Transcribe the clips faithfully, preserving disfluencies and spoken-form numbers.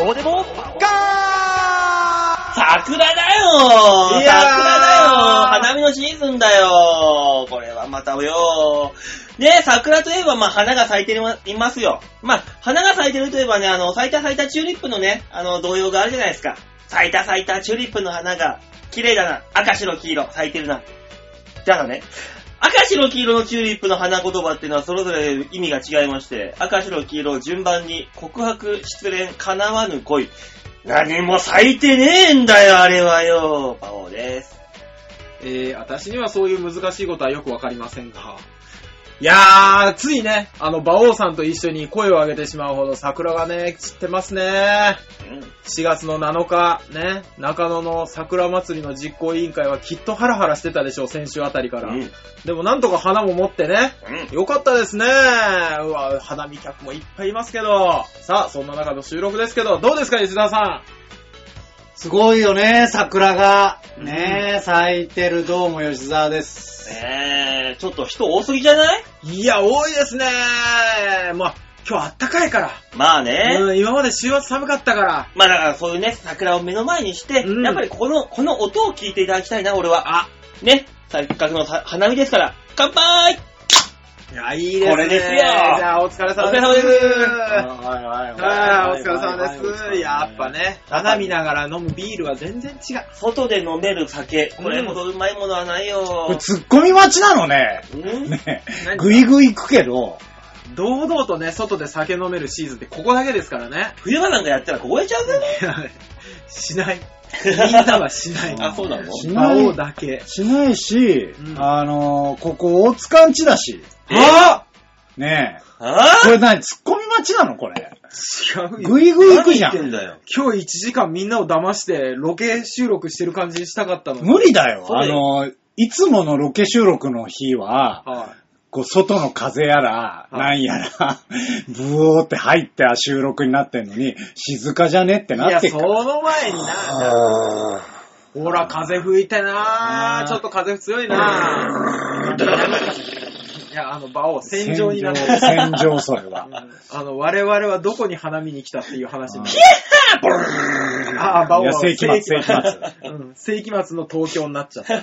こうでもガー桜だよー、桜だよー、花見のシーズンだよー。これはまたよー。ね、桜といえばまあ花が咲いていますよ。まあ花が咲いてるといえばね、あの咲いた咲いたチューリップのね、あの童謡があるじゃないですか。咲いた咲いたチューリップの花が綺麗だな、赤白黄色咲いてるな。じゃあね、赤白黄色のチューリップの花言葉っていうのはそれぞれ意味が違いまして、赤白黄色順番に告白、失恋、叶わぬ恋。何も咲いてねえんだよ、あれはよ。パオです。 えー、私にはそういう難しいことはよくわかりませんが。いやー、ついね、あの、馬王さんと一緒に声を上げてしまうほど桜がね、散ってますね。うん、しがつのなのか、ね、中野の桜祭りの実行委員会はきっとハラハラしてたでしょう、先週あたりから。うん、でもなんとか花も持ってね、うん、よかったですね。うわ、花見客もいっぱいいますけど。さあ、そんな中の収録ですけど、どうですか、吉田さん。 すごいよね、桜が。ねえ、うん、咲いてるどうも吉沢です。 ねえ、ちょっと人多すぎじゃない？ いや、多いですね。まあ、今日あったかいから。 まあね。 うん、今まで週末寒かったから。 まあだからそういうね、桜を目の前にして、うん、やっぱりこの、この音を聞いていただきたいな、俺は。あ、ね、せっかくの花見ですから、乾杯！ いや、いいですね。 これですよ。じゃあ、お疲れ様です。 お疲れ様です。 はいはいはい。お疲れ様です。やっぱね、花見ながら飲むビールは全然違う。 外で飲める酒、これほどうまいものはないよ。 これツッコミ待ちなのね。うんね、ぐいぐい行くけど。 堂々とね、外で酒飲めるシーズンってここだけですからね。 冬場なんかやったら凍えちゃうぜ。 いや、しない。みんなはしない。 あ、そうなの？ しない。 だけ。 しないし、うん、あのー、ここ大塚んちだし。 はぁねえ。 はぁこれ何ツッコミ待ちなのこれ。 違うよ。 ぐいぐい行くじゃん。 今日いちじかんみんなを騙してロケ収録してる感じにしたかったのに。 無理だよ。あのー、いつものロケ収録の日は、はい、こう外の風やら、はい、なんやら、ブオーって入って収録になってんのに、静かじゃねってなってっから。 いや、その前にな。ほら、風吹いてなぁ。ちょっと風強いなぁ。いや、あの、場を戦場になってる。 戦場、それは。 あの、我々はどこに花見に来たっていう話になる。 ヒャーああ、場を。 いや、世紀末、世紀末。 うん、世紀末の東京になっちゃった。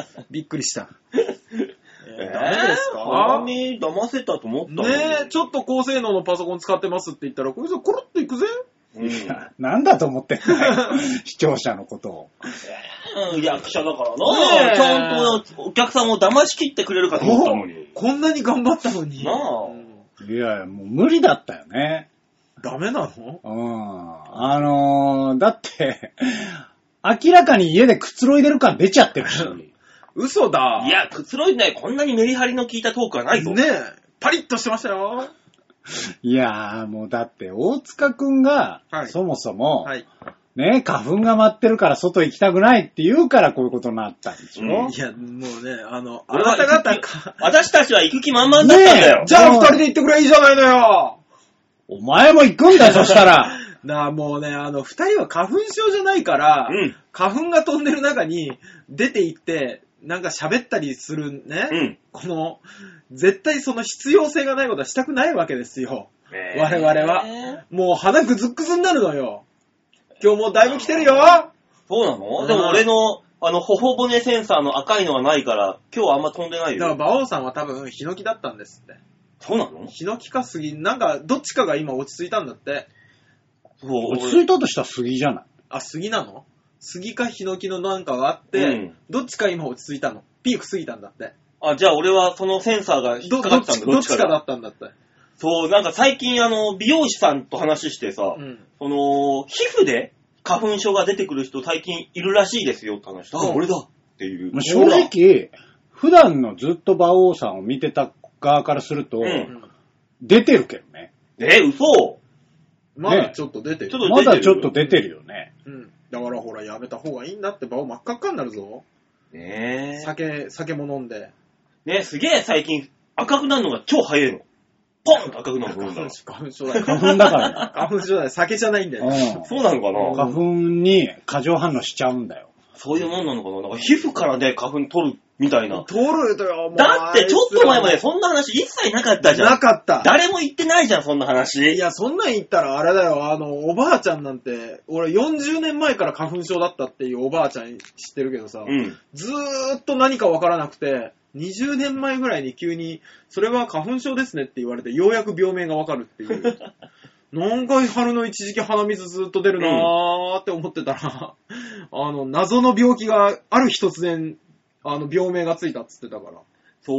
びっくりした。えー、ダメですか？ 花見騙せたと思ったのに。 ねえ、ちょっと高性能のパソコン使ってますって言ったら、これさ、コロッといくぜ。 うん、なんだと思ってんだよ。視聴者のことを。 うん、役者だからな、ね、ちゃんとお客さんを騙し切ってくれるかと思ったのに。 こんなに頑張ったのに。 なあ、 うん、いや、もう無理だったよね。 ダメなの？ うん。あのー、だって、明らかに家でくつろいでる感出ちゃってるし。 嘘だ。 いや、くつろいでない。こんなにメリハリの効いたトークはないぞ。 ねえ、パリッとしてましたよ。 いやー、もうだって、大塚くんが、はい、そもそも、はい、ね、花粉が舞ってるから外行きたくないって言うからこういうことになったんでしょ、うん、 いや、もうね、あの、あなた方か、 私たちは行く気満々だったんだよ。 ね、じゃあ二人で行ってくれいいじゃないのよ。 お前も行くんだよ、そしたら。 なあ、もうね、あの、二人は花粉症じゃないから、うん、花粉が飛んでる中に出て行って、なんか喋ったりするね、うん、この、絶対その必要性がないことはしたくないわけですよ。えー、我々は。もう鼻ぐずっぐずになるのよ。今日もうだいぶ来てるよ。 そうなの？でも俺の、あの、頬骨センサーの赤いのはないから、今日はあんま飛んでないよ。 だから、馬王さんは多分、ヒノキだったんですって。 そうなの？ ヒノキか杉、なんか、どっちかが今落ち着いたんだって。 そう。落ち着いたとしたら杉じゃない？ あ、杉なの？杉かヒノキのなんかがあって、うん、どっちか今落ち着いたの。ピーク過ぎたんだって。 あ、じゃあ俺はそのセンサーが引っかかったんだ。 どっちかだったんだって。 そう、なんか最近あの、美容師さんと話してさ、うん、その、皮膚で花粉症が出てくる人最近いるらしいですよって話した。あ、俺だっていう。 正直、普段のずっと馬王さんを見てた側からすると、うん、出てるけどね。 え、嘘？ まだちょっと出てる。 ね、まだちょっと出てるよね。 うん。だからほら、やめた方がいいんだって、馬王真っ赤っかになるぞ。 ねえ。 酒、酒も飲んで。 ねえ、すげえ最近赤くなるのが超早いの。ポンと赤くなるの。 花粉症だよ。 花粉だからね。 花粉症だよ。酒じゃないんだよ。 うん、そうなのかな？ 花粉に過剰反応しちゃうんだよ。 そういうもんなのかな。なんか皮膚からね、花粉取るみたいな。 取るとよ、もう。 だってちょっと前までそんな話一切なかったじゃん。 なかった。 誰も言ってないじゃん、そんな話。 いや、そんなん言ったらあれだよ、あの、おばあちゃんなんて、俺よんじゅうねんまえから花粉症だったっていうおばあちゃん知ってるけどさ、 うん、ずーっと何かわからなくて、にじゅうねんまえぐらいに急に、それは花粉症ですねって言われて、ようやく病名がわかるっていう。何回春の一時期鼻水ずっと出るなーって思ってたら、うん、あの、謎の病気がある日突然、あの、病名がついたっつってたから。 そう、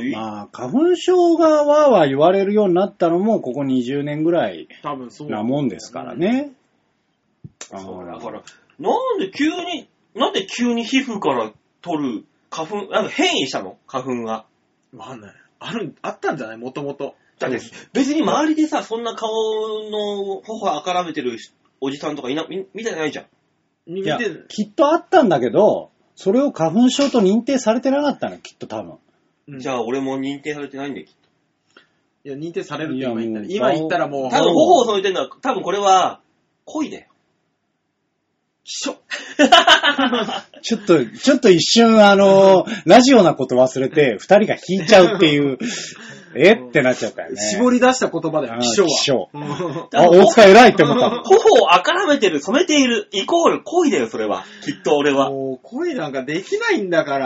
まあ、花粉症がわーわー言われるようになったのも、ここにじゅうねんぐらいなもんですからね。 そうだから、なんで急に、なんで急に皮膚から取る花粉、なんか変異したの花粉が。 まあね、ある、あったんじゃないもともと。 だって別に周りでさ、そんな顔の頬赤らめてるおじさんとかいな、見、見てないじゃん。 いや、きっとあったんだけど、それを花粉症と認定されてなかったの、きっと多分。 うん、じゃあ俺も認定されてないんだよ、きっと。 いや、認定されるって今言ったら、今言ったらもう。 多分頬を添えてるのは、多分これは、恋だよ。 しょちょっと、ちょっと一瞬あの、ラジオなこと忘れて、二人が引いちゃうっていう、えってなっちゃったよね。 絞り出した言葉で、気象は。 気象。あ、大塚偉いって思ったの。 頬を赤らめてる、染めている、イコール恋だよ、それは。きっと俺は。 もう、恋なんかできないんだから。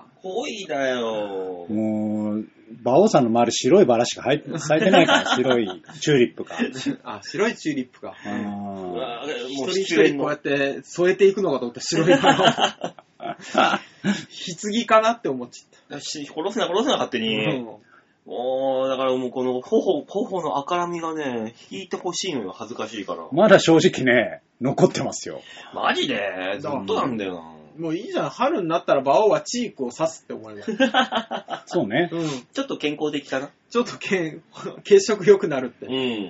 恋だよ。 もう、馬王さんの周り白いバラしか入って咲いてないから、白いチューリップか。 あ、白いチューリップか。 あ一人一人こうやって添えていくのかと思った白いバラを。棺かなって思っちゃった。 殺すな殺すな勝手に。うんもう、だからもうこの頬、頬の赤らみがね、引いてほしいのよ、恥ずかしいから。 まだ正直ね、残ってますよ。 マジでずっとなんだよな。 もういいじゃん、春になったら馬王はチークを刺すって思います。 そうね。 うん。ちょっと健康的かな。 ちょっとけ血色良くなるって。 うん。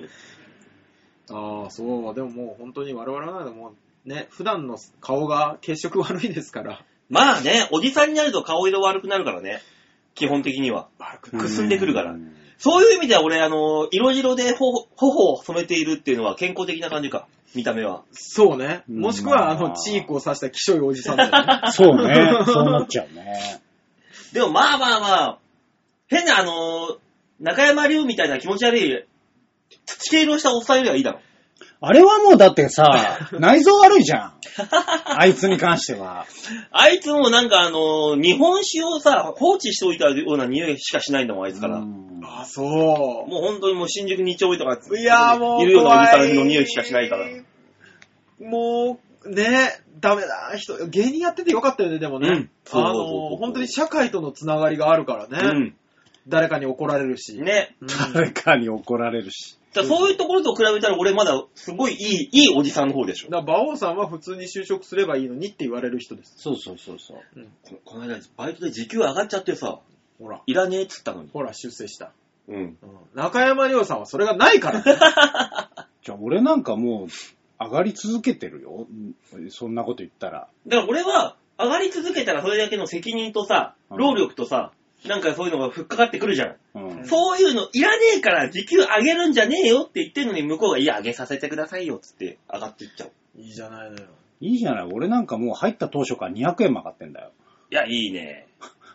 ああ、そう、でももう本当に我々はもうね、普段の顔が血色悪いですから。 まあね、おじさんになると顔色悪くなるからね。基本的には。くすんでくるから。そういう意味では俺、あの、色白で頬を染めているっていうのは健康的な感じか。見た目は。 そうね。もしくは、あの、チークを刺したきしょいおじさんだよね。 そうね。そうなっちゃうね。 でもまあまあまあ、変なあの、中山龍みたいな気持ち悪い、土系のしたおっさんよりはいいだろ。 あれはもうだってさ、内臓悪いじゃん。あいつに関しては。 あいつもなんかあの、日本酒をさ、放置しておいたような匂いしかしないんだもん、あいつから。 ああ、そう。 もう本当にもう新宿に丁目とか、 いやもう、 いるようなおじさんの匂いしかしないから。 もう、ね、ダメだ。人、芸人やっててよかったよね、でもね。うん、あの、本当に社会とのつながりがあるからね。うん、誰かに怒られるし。 ね。 うん、誰かに怒られるし。 だそういうところと比べたら俺まだすごいいい、いいおじさんの方でしょ。 だから馬王さんは普通に就職すればいいのにって言われる人です。 そうそうそうそう、 うん、こ。この間バイトで時給上がっちゃってさ、 ほら。 いらねえっつったのに。 ほら、出世した。 うん。うん、 中山亮さんはそれがないからね。 じゃあ俺なんかもう上がり続けてるよ。そんなこと言ったら。 だから俺は上がり続けたらそれだけの責任とさ、労力とさ、なんかそういうのがふっかかってくるじゃん、うん。そういうのいらねえから時給上げるんじゃねえよって言ってんのに向こうがいや上げさせてくださいよっつって上がっていっちゃう。 いいじゃないのよ。 いいじゃない。俺なんかもう入った当初からにひゃくえんも上がってんだよ。 いや、いいね。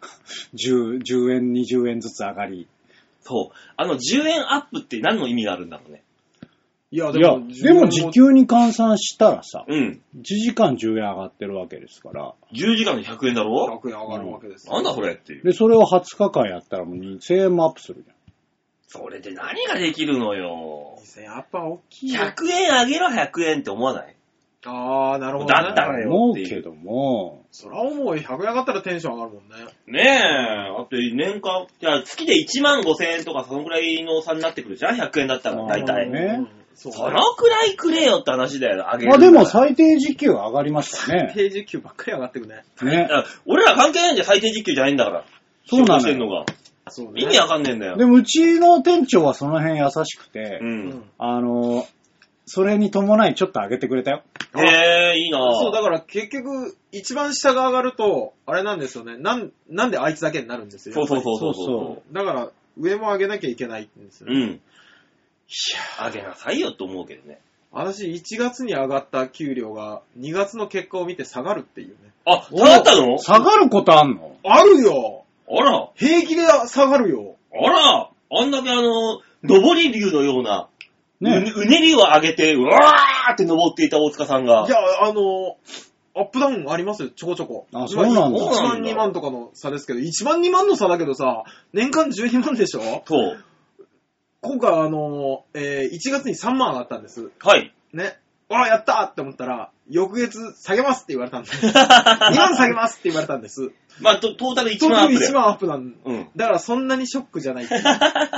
10、じゅうえん、にじゅうえんずつ上がり。 そう。あのじゅうえんアップって何の意味があるんだろうね。 いや、 でも、でも時給に換算したらさ、 うん。 いちじかんじゅうえん上がってるわけですから。 じゅうじかんでひゃくえんだろ ? ひゃくえん上がるわけです、 うん。なんだそれっていう。 で、それをはつかかんやったらもうにせんえんもアップするじゃん。 それで何ができるのよ。 にせんえんアップは大きい。 ひゃくえん上げろひゃくえんって思わない？ あー、なるほど、ね。 だったらよ思うけども。 そら思うよ。ひゃくえん上がったらテンション上がるもんね。 ねえ。だって年間、じゃあ月でいちまんごせんえんとかそのくらいの差になってくるじゃん ?ひゃくえんだったら大体。 ね。 そ, そのくらいくれよって話だよ、あげる。 まあでも最低時給上がりましたね。 最低時給ばっかり上がってくね。 ね。 俺ら関係ないんだよ、最低時給じゃないんだから。 そうなんしてんのが。 そうね。 意味わかんねえんだよ。 でもうちの店長はその辺優しくて、 うん、 あの、それに伴いちょっと上げてくれたよ。 へえ、いいなぁ。 そう、だから結局、一番下が上がると、あれなんですよね。なん、なんであいつだけになるんですよ。 そうそうそうそうそう。 だから、上も上げなきゃいけないんですよね。 うん。いや、上げなさいよと思うけどね。 私いちがつに上がった給料がにがつの結果を見て下がるっていうね。 あ、下がったの？ 下がることあんの？ あるよ。 あら。 平気で下がるよ。 あら。あんだけあの、上り竜のような、 ね、 う, うねりを上げて、うわーって登っていた大塚さんが。 いや、あの、アップダウンありますよ、ちょこちょこ。 あ、そうなんだ。 いちまんにまんとかの差ですけど、いちまんにまんの差だけどさ、年間じゅうにまんでしょ？ そう。 今回あの、えー、いちがつにさんまん上がったんです。 はい。 ね。あ、やったーって思ったら、翌月下げますって言われたんで。にまん下げますって言われたんです。 まあ、トータルいちまんアップで。 トータルいちまんアップなんうん。 だからそんなにショックじゃないっていう。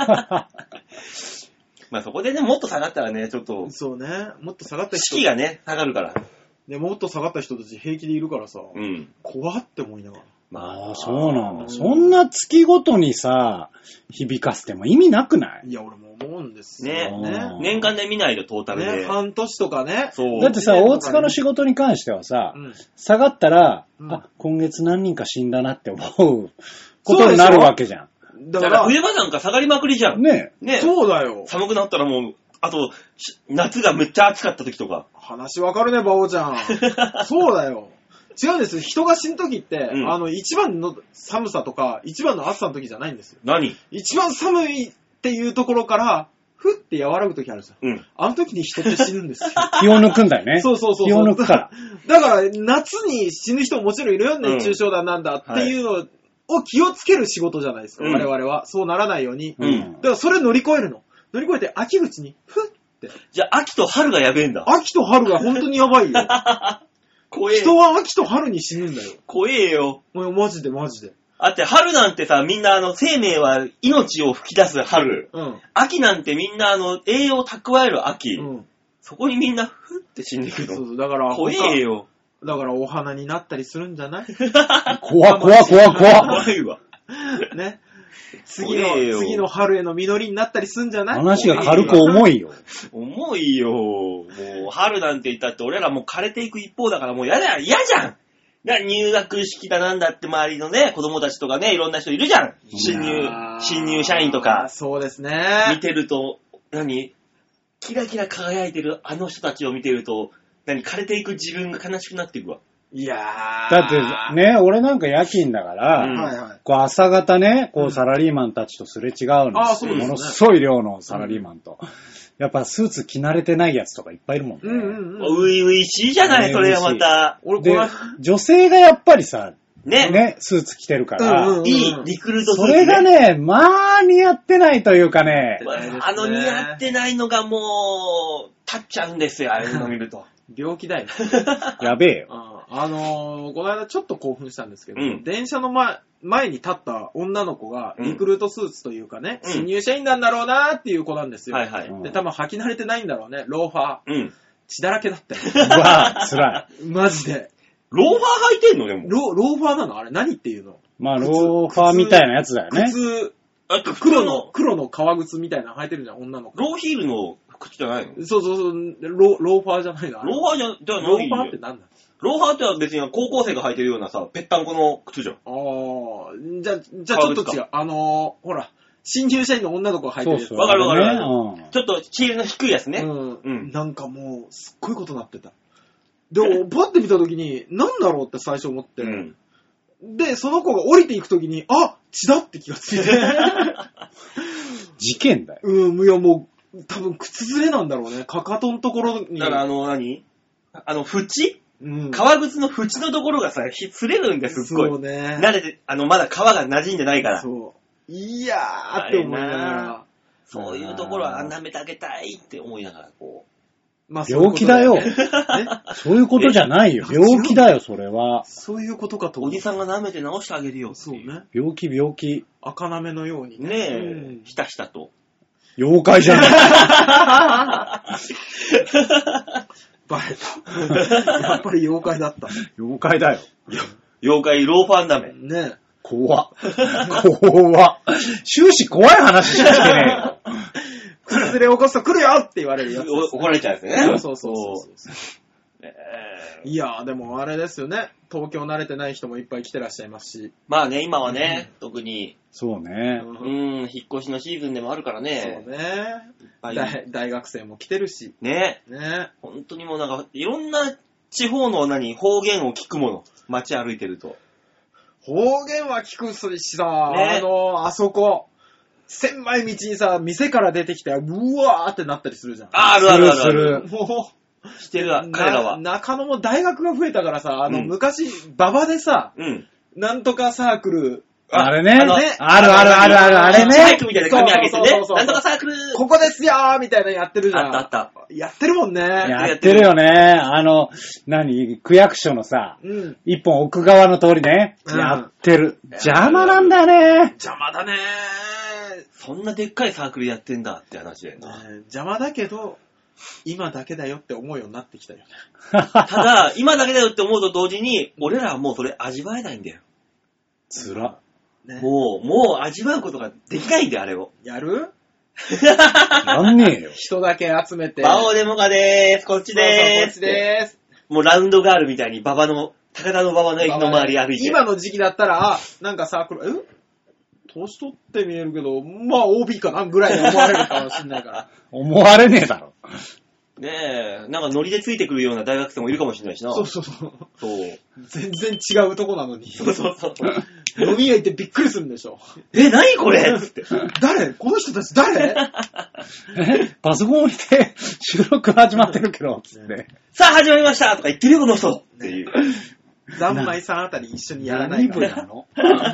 まあそこでね、もっと下がったらね、ちょっと。 そうね。もっと下がった人。 士気がね、下がるから。 ね、もっと下がった人たち平気でいるからさ。 うん。 怖って思いながら。 まあ、そうなんだ。そんな月ごとにさ、響かせても意味なくない？ いや、俺も思うんですよね。 ね。 年間で見ないとトータルで。 ね、半年とかね。 そう。 だってさ、大塚の仕事に関してはさ、うん、下がったら、うん、あ、今月何人か死んだなって思うことになるわけじゃん。 だから冬場なんか下がりまくりじゃん。 ねえ。ねえ。そうだよ。 寒くなったらもう、あと、夏がめっちゃ暑かった時とか。 話わかるね、バオちゃん。そうだよ。違うんです。人が死ぬ時って、うん、あの、一番の寒さとか、一番の暑さの時じゃないんですよ。 何？ 一番寒いっていうところから、ふって和らぐ時あるんですよ。うん。あの時に人って死ぬんですよ。 気を抜くんだよね。 そうそうそう。 気を抜くから。 だから、夏に死ぬ人ももちろんいるよ。熱中症だなんだっていうのを気をつける仕事じゃないですか。うん、我々は。そうならないように。うん。だからそれ乗り越えるの。乗り越えて秋口に、ふって。 じゃあ、秋と春がやべえんだ。 秋と春が本当にやばいよ。怖え。人は秋と春に死ぬんだよ。 怖えよ。 もうマジでマジで。 だって春なんてさ、みんなあの、生命は命を吹き出す春。うん。秋なんてみんなあの、栄養を蓄える秋。うん。そこにみんな、ふって死んでいくの。 そうそう、だから。 怖えよ。 だからお花になったりするんじゃない？ 怖怖怖怖怖いわ。 ね。次の、次の春への実りになったりすんじゃない？ 話が軽く重いよ。 重いよ。もう、春なんて言ったって俺らもう枯れていく一方だからもう嫌だよ。嫌じゃん。だ入学式だなんだって周りのね、子供たちとかね、いろんな人いるじゃん。新入、新入社員とか。 そうですね。 見てると、何キラキラ輝いてるあの人たちを見てると、何枯れていく自分が悲しくなっていくわ。 いやー。 だってね、俺なんか夜勤だから、うんはいはい、こう朝方ね、こうサラリーマンたちとすれ違うんですよ。ものすごい量のサラリーマンと。うん、やっぱスーツ着慣れてないやつとかいっぱいいるもんね。 うんうんうん。ういういしいじゃない、それがまた。 俺で、女性がやっぱりさ、ね。ね、スーツ着てるから、 うんうんうん、いいリクルートスーツ、 ね。それがね、まあ似合ってないというかね。 あの似合ってないのがもう、立っちゃうんですよ、ああいうの見ると。 病気だよ。 やべえよ。 あのー、この間ちょっと興奮したんですけど、うん、電車の前、前に立った女の子がリクルートスーツというかね、うん、新入社員なんだろうなーっていう子なんですよ。はいはい。で、多分履き慣れてないんだろうね、ローファー。うん。血だらけだったよ。 うわぁ、辛い。 マジで。 ローファー履いてんのでもロ。ローファーなのあれ何っていうの？ まあ、ローファーみたいなやつだよね。 靴、あと黒の、黒の革靴みたいなの履いてるじゃん、女の子。 ローヒールの靴じゃないの？ そうそうそう、ロローファーじゃないの。 ローファーじゃ、じゃないローファーって何だ？ ローファーっては別に高校生が履いてるようなさ、ぺったんこの靴じゃん。ああ、じゃ、じゃあちょっと違う。あのー、ほら、新入社員の女の子が履いてるやつ。 わかるわかる。うん、ちょっとヒールの低いやつね。うん。 うん、なんかもう、すっごいことなってた。でも、パッて見たときに、なんだろうって最初思って。うん、で、その子が降りていくときに、あ、血だって気がついて。 事件だよ。 うん、いやもう、多分靴ずれなんだろうね。かかとのところに。 だからあの、何あの、縁うん、革靴の縁のところがさ、擦れるんですすっごい。そうね。慣れて、あの、まだ皮が馴染んでないから。 そう。いやーって思いながら。 そういうところは舐めてあげたいって思いながら、こう。まあ、病気だよ。そういうことじゃないよ。病気だよ、それは。 そういうことかと。 おじさんが舐めて治してあげるよ。 そうね。 病気、病気。 赤なめのようにね。ねえ、うん、ひたひたと。 妖怪じゃない。 バレた。やっぱり妖怪だった。 妖怪だよ。 妖怪、ローファンダメ。 ねえ。 怖っ。怖っ。終始怖い話しかしてねえよ。 崩れ起こすと来るよって言われるよ。 怒られちゃうやつね。 そうそうそうそう。 えー、いやー、でもあれですよね。東京慣れてない人もいっぱい来てらっしゃいますし。 まあね、今はね、うん、特に。 そうね。 うん、引っ越しのシーズンでもあるからね。 そうね。大, 大学生も来てるし。 ね。ね。本当にもうなんか、いろんな地方の何、方言を聞くもの。街歩いてると。 方言は聞くしさ、ね、あの、あそこ、狭い道にさ、店から出てきて、うわーってなったりするじゃん。 あ、あるあるあるある。 もう、 してるわ、彼らは。 中野も大学が増えたからさ、あの、うん、昔、馬場でさ、うん、なんとかサークル、 あれね。あのねあるあるあるある、あれね。 チャイクみたいな紙あげてね。なんとかサークル。 ここですよーみたいなのやってるじゃん。 あったあった。 やってるもんね。 やってるよね。あの、何区役所のさ、うん、一本奥側の通りね。うん、やってる。邪魔なんだよね。 邪魔だね。 そんなでっかいサークルやってんだって話だよな。 邪魔だけど、今だけだよって思うようになってきたよね。 ただ、今だけだよって思うと同時に、俺らはもうそれ味わえないんだよ。 つら。 ね、もう、もう味わうことができないんだよ、あれを。 やるやんねえよ。 人だけ集めて。 バオデモカでーす。こっちでーす。そうそうこっちでーす。 もうラウンドガールみたいにババの、高田のババの駅の周り歩いて。 今の時期だったら、なんかサークル、え年取って見えるけど、まあ オービー かなぐらいに思われるかもしんないから。 思われねえだろ。 ねえ、なんかノリでついてくるような大学生もいるかもしれないしな。 そうそうそう。 そう。 全然違うとこなのに。 そうそうそう。 飲み屋行ってびっくりするんでしょ。 え、何これつって。 誰この人たち誰えパソコンを見て収録始まってるけど、つって。 さあ始まりましたとか言ってるよ、この人っていう。 ざんまいさんあたり一緒にやらないかなの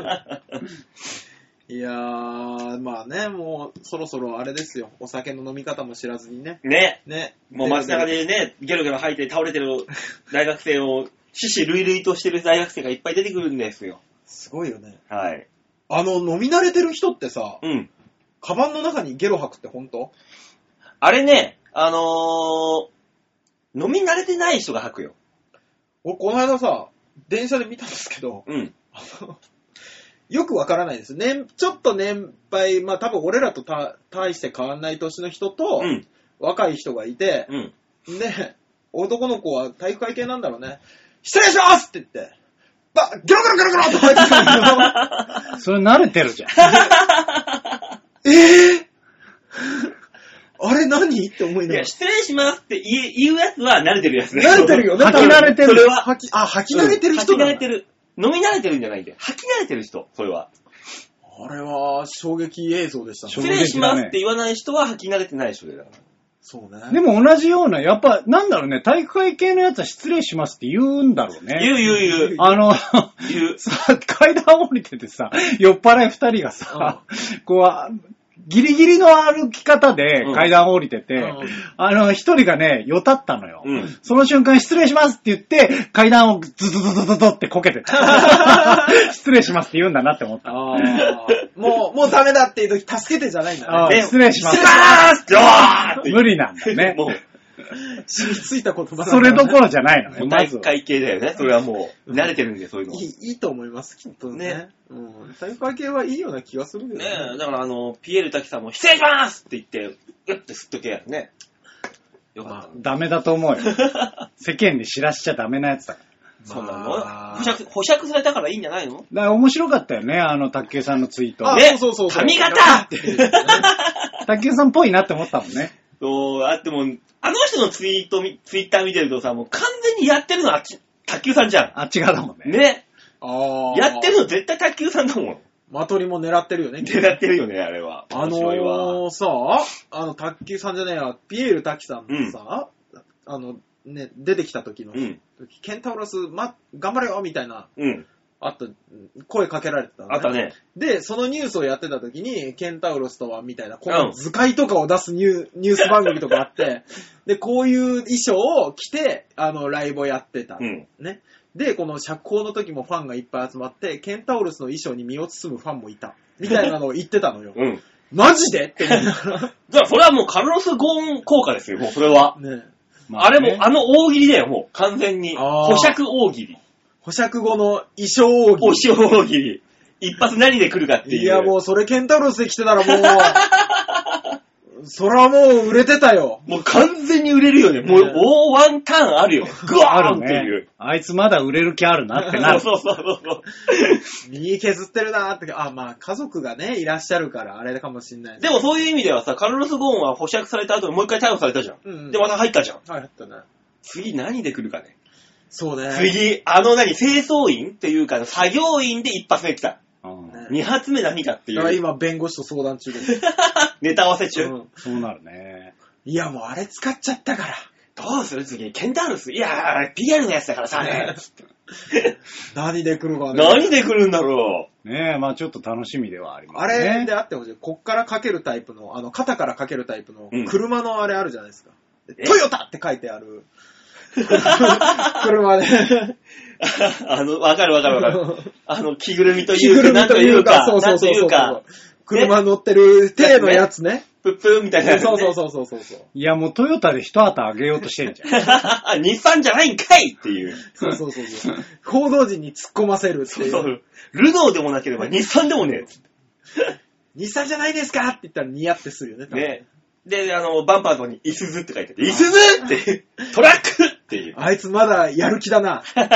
いやー、まあね、もうそろそろあれですよ。お酒の飲み方も知らずにね。 ね。 ね。 もう街中でね、ゲロゲロ吐いて倒れてる大学生を、死死類類としてる大学生がいっぱい出てくるんですよ。 すごいよね。 はい。 あの、飲み慣れてる人ってさ、 うん。 カバンの中にゲロ吐くって本当？ あれね、あのー、飲み慣れてない人が吐くよ。 俺、この間さ、電車で見たんですけど、 うん。 よくわからないです。年、ちょっと年配、まあ多分俺らとた大して変わんない年の人と、うん、若い人がいて、うん、で、男の子は体育会系なんだろうね。失礼しますって言って、ば、ギョロギョロギョロギョロって入ってたんだけど。それ慣れてるじゃん。 えぇ、ー、あれ何って思いながら。いや、 失礼しますって言う、言うやつは慣れてるやつね。 慣れてるよね。 吐き慣れてる。 それは。 吐き、あ、吐き慣れてる人だ、 うん、吐き慣れてる。飲み慣れてるんじゃないんだよ。吐き慣れてる人、それは。 あれは衝撃映像でしたね。 失礼しますって言わない人は吐き慣れてない人だから。 そうね。 でも同じような、やっぱ、なんだろうね、体育会系のやつは失礼しますって言うんだろうね。 言う言う言う。 あの、 言う。 さ、階段降りててさ、酔っ払い二人がさ、うん、こう、ギリギリの歩き方で階段降りてて、うん、あの、一人がね、よたったのよ、うん。その瞬間、失礼しますって言って、階段をズズズズズズってこけてた。失礼しますって言うんだなって思った。 あもう、もうダメだっていう時、助けてじゃないんだね。 失礼します。 失礼しますって、 無理なんだね。もう染みついた言葉だ、ね、 それどころじゃないのね。 体育会系だよね。それはもう、慣れてるんで、そういうの。 いい、いいと思います、きっとね。ね、うん。体育会系はいいような気がするけどね。 ねえ、だからあの、ピエール滝さんも、失礼しますって言って、グッて吸っとけやね。よかった、まあ。 ダメだと思うよ。世間に知らしちゃダメなやつだから。 そうなの、まあ、保釈、保釈されたからいいんじゃないの？ だから面白かったよね、あの、卓球さんのツイート。 あ、ね、そうそうそうそう。 髪型って。 卓球さんっぽいなって思ったもんね。 そう、あっても、あの人のツイート、ツイッター見てるとさ、もう完全にやってるのは卓球さんじゃん。 あっち側だもんね。 ね。 あやってるの絶対卓球さんだもん。 マトリも狙ってるよね。 狙ってるよね、あれは。 あのー、さ、あの、卓球さんじゃねえや、ピエール滝さんのさ、うん、あの、ね、出てきた時の、うん、ケンタウロス、ま、頑張れよみたいな、うん、あった、声かけられてた、ね。 あったね。 で、そのニュースをやってた時に、ケンタウロスとはみたいな、この図解とかを出すニュー、ニュース番組とかあって、で、こういう衣装を着て、あの、ライブをやってた。うん、ね。で、この釈放の時もファンがいっぱい集まって、ケンタウロスの衣装に身を包むファンもいた。みたいなのを言ってたのよ。うん。マジでって思いながら。 じゃあ、それはもうカルロス・ゴーン効果ですよ、もうそれは。ね。まあね、あれも、あの大喜利だよ、もう、完全に。保釈大喜利。 保釈後の衣装大喜利。 衣装大喜利。一発何で来るかっていう。 いや、もうそれケンタウロスで来てたらもう、 そらもう売れてたよ。 もう完全に売れるよね。もう大ワンターンあるよ。グワーンっていう。 ね、あいつまだ売れる気あるなってなる。 そうそうそうそう。 身削ってるなーって。あ、まあ家族がね、いらっしゃるからあれかもしんない。 でもそういう意味ではさ、カルロス・ゴーンは保釈された後にもう一回逮捕されたじゃん。うんうん、で、また入ったじゃん。 はい、入ったね。 次何で来るかね。 そうね。 次、あの何、清掃員っていうか、作業員で一発目来た。二発目何かっていう。 だから今弁護士と相談中です。 ネタ合わせ中、うん。 そうなるね。 いやもうあれ使っちゃったから。 どうする次、ケンタウルス。いやー、ピーアール のやつだからさね。 何で来るかね。 何で来るんだろう。ねえ、まあちょっと楽しみではありますね。あれであってほしい。こっからかけるタイプの、あの、肩からかけるタイプの、車のあれあるじゃないですか。うん、トヨタって書いてある。車で。 あの、わかるわかるわかる。あの、着ぐるみというか、なんというか、 そうそうそうそう。車乗ってる体のやつね。 プップーみたいなやつ、ね。 そうそうそうそうそう。 いや、もうトヨタで一旗あげようとしてんじゃん。日産じゃないんかいっていう。 そうそうそうそう。報道陣に突っ込ませるっていう。そうそう。 ルノーでもなければ日産でもねえ。 日産じゃないですかって言ったらニヤってするよね。 ね。で、あの、バンパーのとこにイスズって書いてあって、イスズって、トラックっていう。 あいつまだやる気だな。 だ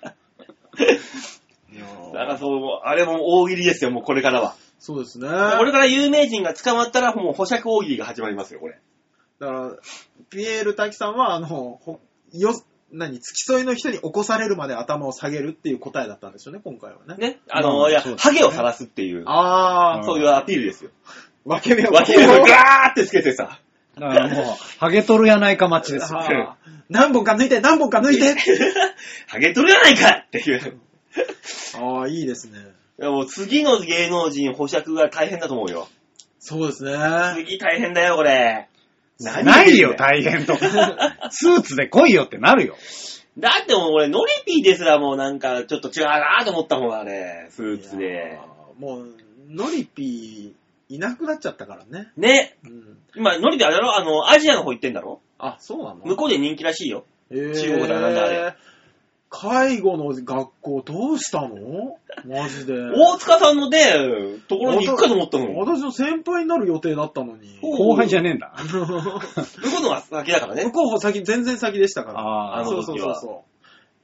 からそう、あれも大喜利ですよ、もうこれからは。 そうですね。 これから有名人が捕まったら、もう保釈大喜利が始まりますよ、これ。 だから、ピエール滝さんは、あの、よ、何、付き添いの人に起こされるまで頭を下げるっていう答えだったんですよね、今回はね。 ね。あの、まあ、いや、ね、ハゲを晒すっていう。 ああ。 そういうアピールですよ。 分け目を。 分け目をガーってつけてさ。 だからもう、ハゲ取るやないか待ちですよ。 何本か抜いて、何本か抜いてハゲ取るやないかっていう。 ああ、いいですね。 いやもう次の芸能人保釈が大変だと思うよ。 そうですね。 次大変だよ、これ。 何ないよ、大変と。スーツで来いよってなるよ。 だってもう俺、ノリピーですらもうなんかちょっと違うなと思ったもん、あれ。スーツで。 もう、ノリピーいなくなっちゃったからね。 ね。うん、今、ノリピーあれだろあの、アジアの方行ってんだろあ、そうなの向こうで人気らしいよ。 えー、 中国だなんだあれ。 介護の学校どうしたのマジで。 大塚さんのね、ところに行くかと思ったの。 私の先輩になる予定だったのに。 後輩じゃねえんだ。 向こうのが先だからね。 向こうは先、全然先でしたから。 ああ、 そうそうそうそう。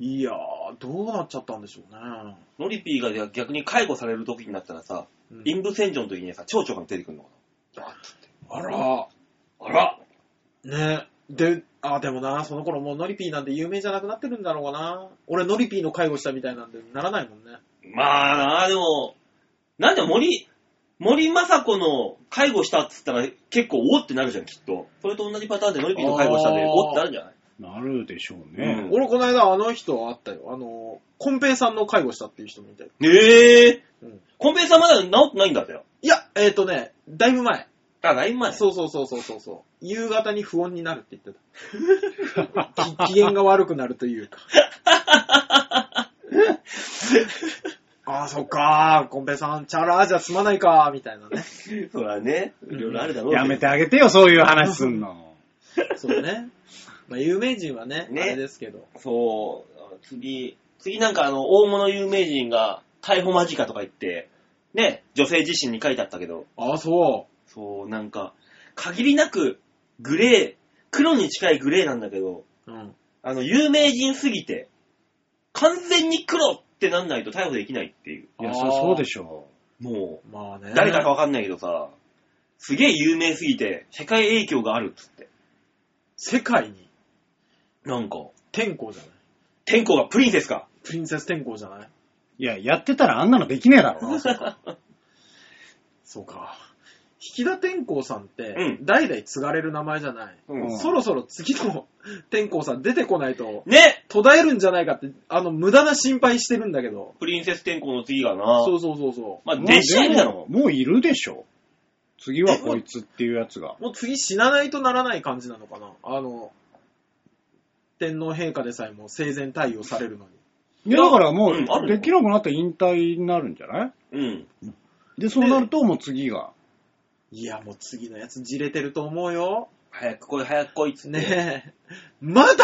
いやー、どうなっちゃったんでしょうね。 ノリピーが逆に介護される時になったらさ、うん、陰部洗浄の時にさ、蝶々が出てくるのかな。 あら。 あら。 ね。で、あ、でもな、その頃もうノリピーなんて有名じゃなくなってるんだろうかな。俺ノリピーの介護したみたいなんでならないもんね。 まあな、でも、なんで森、森雅子の介護したっつったら結構おってなるじゃん、きっと。それと同じパターンでノリピーの介護したんでおってなるんじゃない？ なるでしょうね。 うん、俺この間あの人会ったよ。あの、コンペイさんの介護したっていう人もいたよ。 ええー。うん、コンペイさんまだ治ってないんだってよ。 いや、えっ、ー、とね、だいぶ前。 あ、だいぶ前。 そうそうそうそうそうそう。夕方に不穏になるって言ってた。機嫌が悪くなるというか。ああ、そっかー、コンペさん、チャラーじゃ済まないかー、みたいなね。 そうだね。いろいろあるだろう、 うん。やめてあげてよ、そういう話すんの。 そうね。まあ、有名人はね、ねあれですけど。 そう、次、次なんかあの、大物有名人が逮捕間近とか言って、ね、女性自身に書いてあったけど。 ああ、そう。 そう、なんか、限りなくグレー、黒に近いグレーなんだけど、うん、あの、有名人すぎて、完全に黒ってなんないと逮捕できないっていう。 いや、そそうでしょう。もう、 まあね、 誰かかわかんないけどさ、すげえ有名すぎて、世界影響があるっつって。 世界になんか、 天候じゃない？ 天候がプリンセスか。 プリンセス天候じゃない？ いや、やってたらあんなのできねえだろ。 そうか。そうか。引田天功さんって、 うん、 代々継がれる名前じゃない、うん、そろそろ次の天功さん出てこないと、 ね、 途絶えるんじゃないかって、あの、無駄な心配してるんだけど。 プリンセス天功の次がな。 そうそうそうそう。 まあ、弟子はいるだろ。 もういるでしょ。次はこいつっていうやつが。 もう次死なないとならない感じなのかな。あの、天皇陛下でさえも生前退位をされるのに。 いや、だからもう、うん、できなくなったら引退になるんじゃない？ うん。 で、そうなるともう次が。 いや、もう次のやつじれてると思うよ。 早く来い、早く来いっつって。 ねえ。まだ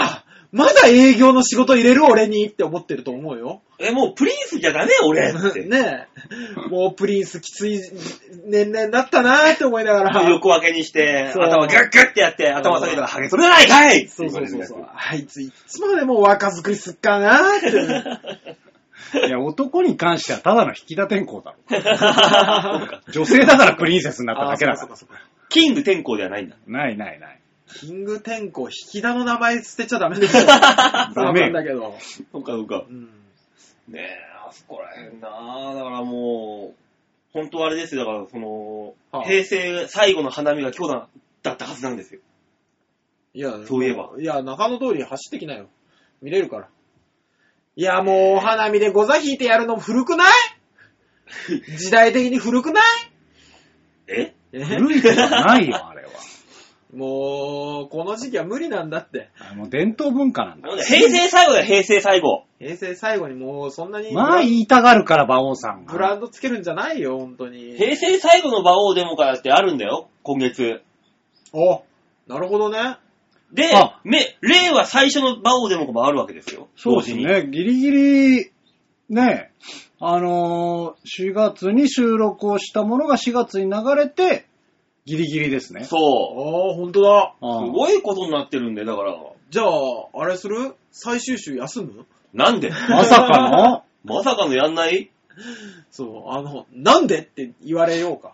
まだ営業の仕事入れる俺にって思ってると思うよ。 え、もうプリンスじゃダメ俺って。 ねえ。もうプリンスきつい年々だったなーって思いながら。 横分けにして、頭ギュッギュッってやって、頭下げたらハゲそれないかいそうそうそうそう。あいついつまでも若作りすっかなーって。 いや、男に関してはただの引き立てんこうだろ。女性だからプリンセスになっただけだから。 キング天候ではないんだ。 ないないない。 キング天候、引き田の名前捨てちゃダメですよ。ダメなんだけど。 そうかそうか。 うん、 ねえ、あそこらへんなぁ。だからもう、本当はあれですよ。だからその、はあ、平成最後の花見が今日だったはずなんですよ。 いや、 そういえば。 いや、中野通り走ってきなよ。見れるから。いや、もう、お花見でゴザ引いてやるの古くない時代的に古くないえ古いじゃないよ、あれは。 もう、この時期は無理なんだって。 もう伝統文化なんだ。 平成最後だよ、平成最後。 平成最後にもうそんなに。 まあ言いたがるから、馬王さんが。 ブランドつけるんじゃないよ、本当に。 平成最後の馬王デモからってあるんだよ、今月。 お、なるほどね。 で、め、令和最初の馬王デモもあるわけですよ。 そうですね。ギリギリ、ね、あのー、しがつに収録をしたものがしがつに流れて、ギリギリですね。 そう。 ああ、ほんとだ。 すごいことになってるんで、だから。 じゃあ、あれする？最終週休む？ なんで？ まさかのまさかのやんない？ そう、あの、なんでって言われようか。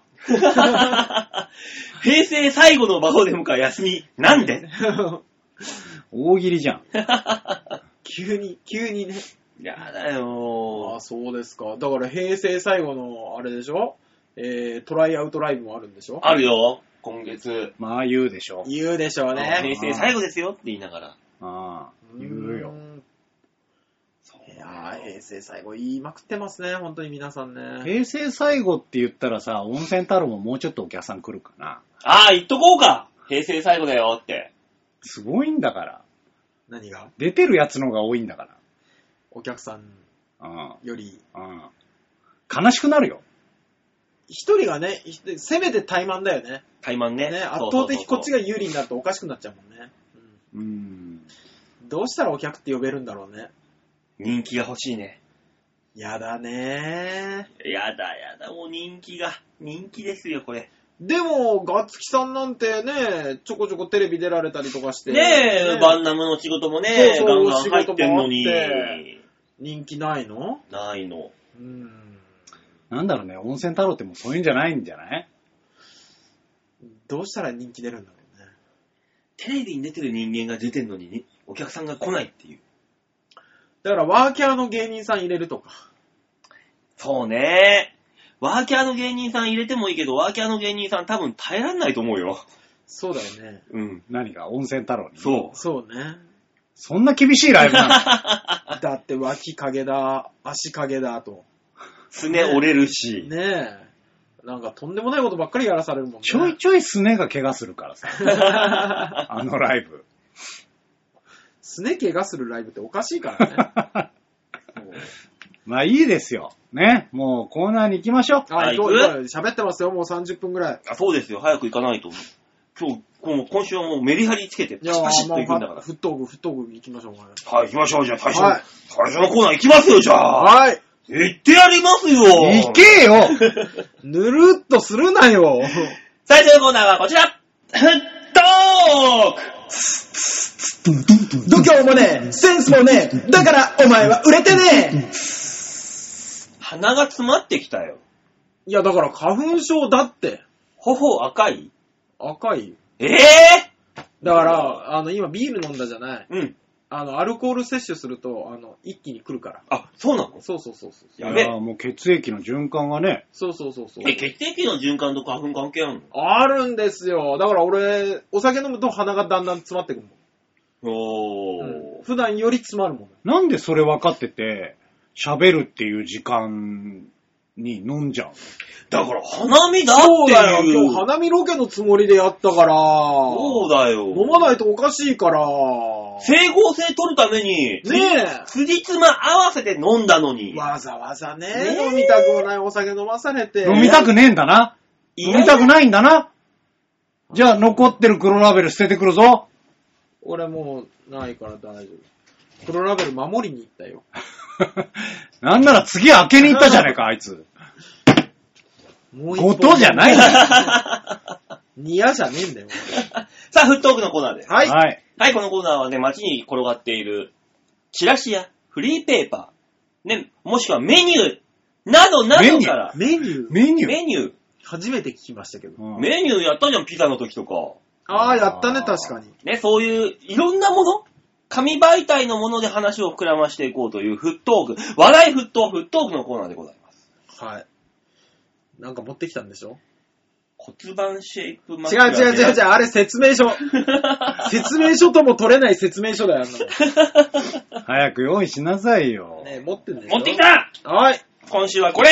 平成最後の馬王デモか休み、なんで？ 大喜利じゃん。 急に、急にね。 やだよー。 ああ、そうですか。だから平成最後の、あれでしょ？えー、トライアウトライブもあるんでしょ？ あるよ、今月。 まあ言うでしょ。 言うでしょうね。 平成最後ですよって言いながら。 ああ、言うよ。 いやー、平成最後言いまくってますね、本当に皆さんね。 平成最後って言ったらさ、温泉太郎ももうちょっとお客さん来るかな。 ああ、言っとこうか。平成最後だよって。 すごいんだから。 何が？ 出てるやつのが多いんだから。 お客さんより。 うんうん、悲しくなるよ。 一人がね、せめて怠慢だよね。 怠慢ね。 ね、圧倒的こっちが有利になるとおかしくなっちゃうもんね。 うん。うん、 どうしたらお客って呼べるんだろうね。 人気が欲しいね。 やだねー。やだやだ、もう人気が。人気ですよ、これ。 でも、ガッツキさんなんてね、ちょこちょこテレビ出られたりとかして。 ねえ、ね、バンナムの仕事もね、そうそうガンガン入ってんのに。 人気ないの？ ないの。 うん。 なんだろうね、温泉太郎ってもうそういうんじゃないんじゃない？ どうしたら人気出るんだろうね。 テレビに出てる人間が出てんのに、お客さんが来ないっていう。 だからワーキャーの芸人さん入れるとか。 そうね。ワーキャーの芸人さん入れてもいいけど、ワーキャーの芸人さん多分耐えらんないと思うよ。 そうだよね。 うん。 何が温泉太郎に。 そう。 そうね。 そんな厳しいライブなの？ だって脇影だ、足影だと。 すね折れるし。 ねえ。なんかとんでもないことばっかりやらされるもんね。 ちょいちょいすねが怪我するからさ。あのライブ。 すね怪我するライブっておかしいからね。 まあいいですよ。ね。もうコーナーに行きましょう。 はい、行こう行こう。喋ってますよ、もうさんじゅっぷんぐらい。 あ、そうですよ。早く行かないと。今日、今今週はもうメリハリつけて、パシパシッと行くんだから。 フットーク、フットーク行きましょう。 はい、行きましょう。じゃあ最初、はい、最初のコーナー行きますよ、じゃあ。 はい。 行ってやりますよ。 行けよぬるっとするなよ。 最初のコーナーはこちら。フットーク度胸もねえ、センスもねえ、だからお前は売れてねえ。 鼻が詰まってきたよ。 いや、だから花粉症だって。 頬赤い？ 赤い。 ええー、 だから、あの、今ビール飲んだじゃない。 うん。 あの、アルコール摂取すると、あの、一気に来るから。 あ、そうなの？ そうそうそうそう。 やべえ。 もう血液の循環がね。 そうそうそうそう。 え、血液の循環と花粉関係あるの？ あるんですよ。だから俺、お酒飲むと鼻がだんだん詰まってくるもん。 おー、 うん。普段より詰まるもん。 なんでそれ分かってて、喋るっていう時間に飲んじゃう？ だから花見だっていう。 そうだよ。今日花見ロケのつもりでやったから。 そうだよ。 飲まないとおかしいから。 整合性取るために、 ねえ。 辻褄合わせて飲んだのに。 わざわざね、ね飲みたくもないお酒飲まされて。 飲みたくねえんだな。飲みたくないんだな。じゃあ残ってる黒ラベル捨ててくるぞ。 俺もうないから大丈夫。黒ラベル守りに行ったよ。 なんなら次開けに行ったじゃねえか、あいつ。 もう一ことじゃないんだよ。 ニヤじゃねえんだよ。 さあ、フットオークのコーナーです。 はい。 はい。 はい、このコーナーはね、街に転がっているチラシやフリーペーパー、ね、もしくはメニューなどなどから、 メニューメニューメニュー。 初めて聞きましたけど。 うんメニューやったじゃん、ピザの時とか。 ああ、やったね、確かに。 ね、そういういろんなもの、紙媒体のもので話を膨らましていこうというフットオーク、話題沸騰フットオークのコーナーでございます。 はい。なんか持ってきたんでしょ？ 骨盤シェイプマ違う違う違う違う、あれ説明書。説明書とも取れない説明書だよ、あんなの。 早く用意しなさいよ。 ねえ、持ってんでしょ？ 持ってきた。 はい。 今週はこれ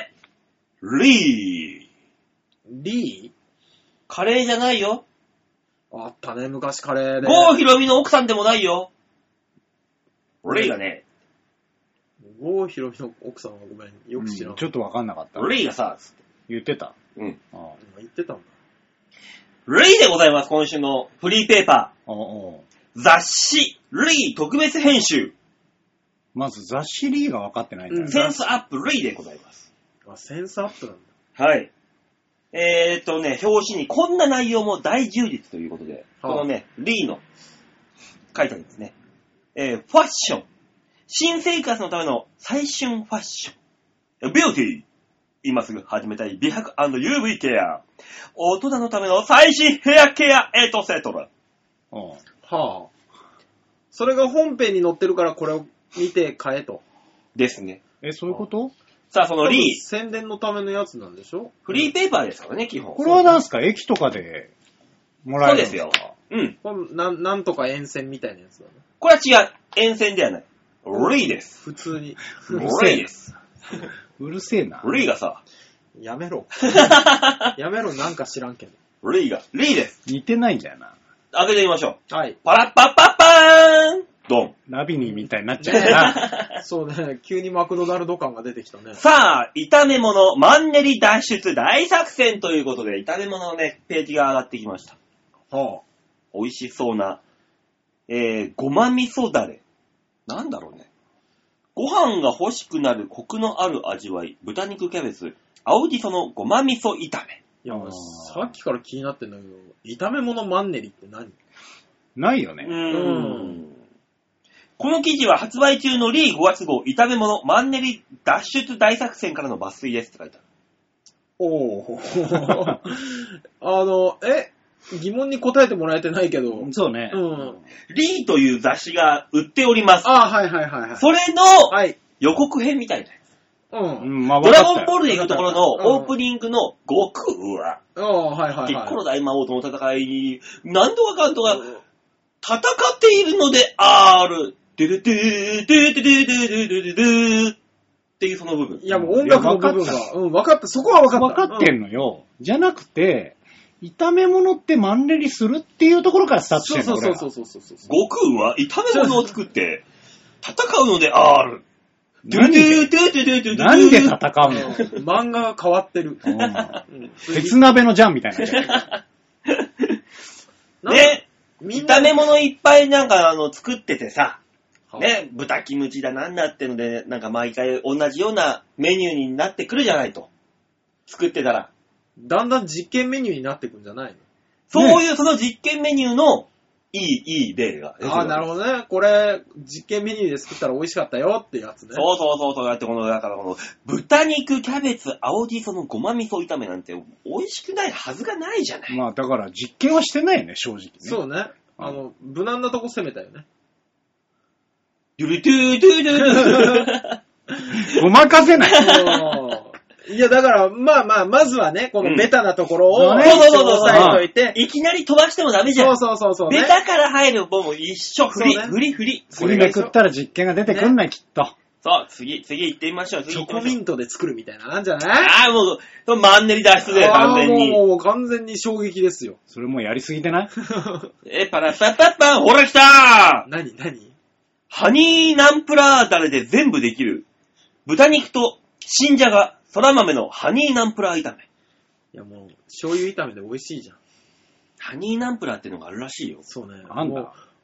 リー。 リー？ カレーじゃないよ。 あったね、昔カレーで。 郷ひろみの奥さんでもないよ。リーがね、 郷ひろみの奥さんはごめん、よく知らん。 うんちょっとわかんなかった。 リーがさ、つって。 言ってた。 うん。 ああ言ってたんだ。 リーでございます、今週のフリーペーパああー。雑誌、リー特別編集。 まず雑誌リーが分かってないんだよね。 センスアップリーでございます。 あ、センスアップなんだ。 はい。えーっとね、表紙にこんな内容も大充実ということで、 はあ、 このね、リーの書いてありますね。えー、ファッション。新生活のための最旬ファッション。ビューティー。今すぐ始めたい美白&ユーブイ ケア。大人のための最新ヘアケアエトセトラ。 うんはあ。それが本編に載ってるからこれを見て買えと。 ですね。 え、そういうこと？ さあ、そのリー、 宣伝のためのやつなんでしょ？ フリーペーパーですからね、基本。 これはなんすか？駅とかでもらえるんですか？ そうですよ。うん。 これなんなんとか沿線みたいなやつだね。 これは違う。沿線ではない。リーです。 普通に。 うるせえリーです。 うるせえな。 リーがさ、 やめろ。やめろ、なんか知らんけど。 リーが、リーです。 似てないんだよな。 開けてみましょう。 はい。 パラッパッパッパーンドン。 ラビニーみたいになっちゃうな。 そうね、急にマクドナルド感が出てきたね。 さあ、炒め物、マンネリ脱出大作戦ということで、炒め物のね、ページが上がってきました。 は美味しそうな、えー、ごま味噌だれ。なんだろうね。ご飯が欲しくなるコクのある味わい、豚肉キャベツ、青じそのごま味噌炒め。 いや、 あーさっきから気になってんだけど、炒め物マンネリって何？ ないよね。 うーん。この記事は発売中のリーごがつ号、炒め物、マンネリ脱出大作戦からの抜粋ですって書いてある。 おー。あの、え、疑問に答えてもらえてないけど。 そうね。 うん。 リーという雑誌が売っております。 あ、はいはいはいはい。 それのはい。 予告編みたいなやつ。 うん。 うん、まあ、 ドラゴンボール。 ルで行くところのうんオープニングの悟空は、 ああ、はいはいピッコロは大魔王との戦いに、何度かかんとか、戦っているのである。ドゥルドゥー、ドゥドゥドゥドゥドゥドゥドゥっていうその部分。 い。いやもう音楽の部分が。 いや分かったうん、分かった。そこは分かった。 分かってんのよ。じゃなくて、炒め物ってマンネリするっていうところからスタートしてるの。 そうそうそうそうそうそう。 悟空は炒め物を作って戦うのである。ドゥド何でゥドゥドゥドゥドゥドゥ何で戦うの漫画が変わってる。 うんうん鉄鍋のジャンみたいになっちゃう。 ね、 みんな炒め物いっぱいなんかあの作っててさ、 はね、豚キムチだなんだってので、なんか毎回同じようなメニューになってくるじゃないと。作ってたら。 だんだん実験メニューになってくんじゃないそういうその実験メニューのいい、いい例が。 の？ああ、なるほどね。これ、実験メニューで作ったら美味しかったよってやつね。 そうそうそうそう。だってこの、だからこの、豚肉、キャベツ、青じそのごま味噌炒めなんて美味しくないはずがないじゃない。 まあ、だから実験はしてないよね、正直ね。 そうね。あの、無難なとこ攻めたよね。 ドゥルドゥドゥドゥドゥごまかせない。 そういや、だから、まあまあ、まずはね、このベタなところを、 うんね、 そうそうそうそう押さえといて、 いきなり飛ばしてもダメじゃん。 そうそうそうそう、ね。 ベタから入るもんも一緒。振り、 そうね振り、振り。 振りめくったら実験が出てくんない、きっと。 そう、次、次行ってみましょう。次チョ行ってみましょう。 コミントで作るみたいな、なんじゃない？ ああ、もう、そのマンネリ脱出だよ、完全あーに。 もう、もう完全に衝撃ですよ。 それもうやりすぎてないえ、パラッパッパッパン、ほら来たー何何ハニーナンプラーダレで全部できる。豚肉と新じゃが、そら豆のハニーナンプラー炒め。 いやもう、醤油炒めで美味しいじゃん。 ハニーナンプラーっていうのがあるらしいよ。 そうね。 なんだもう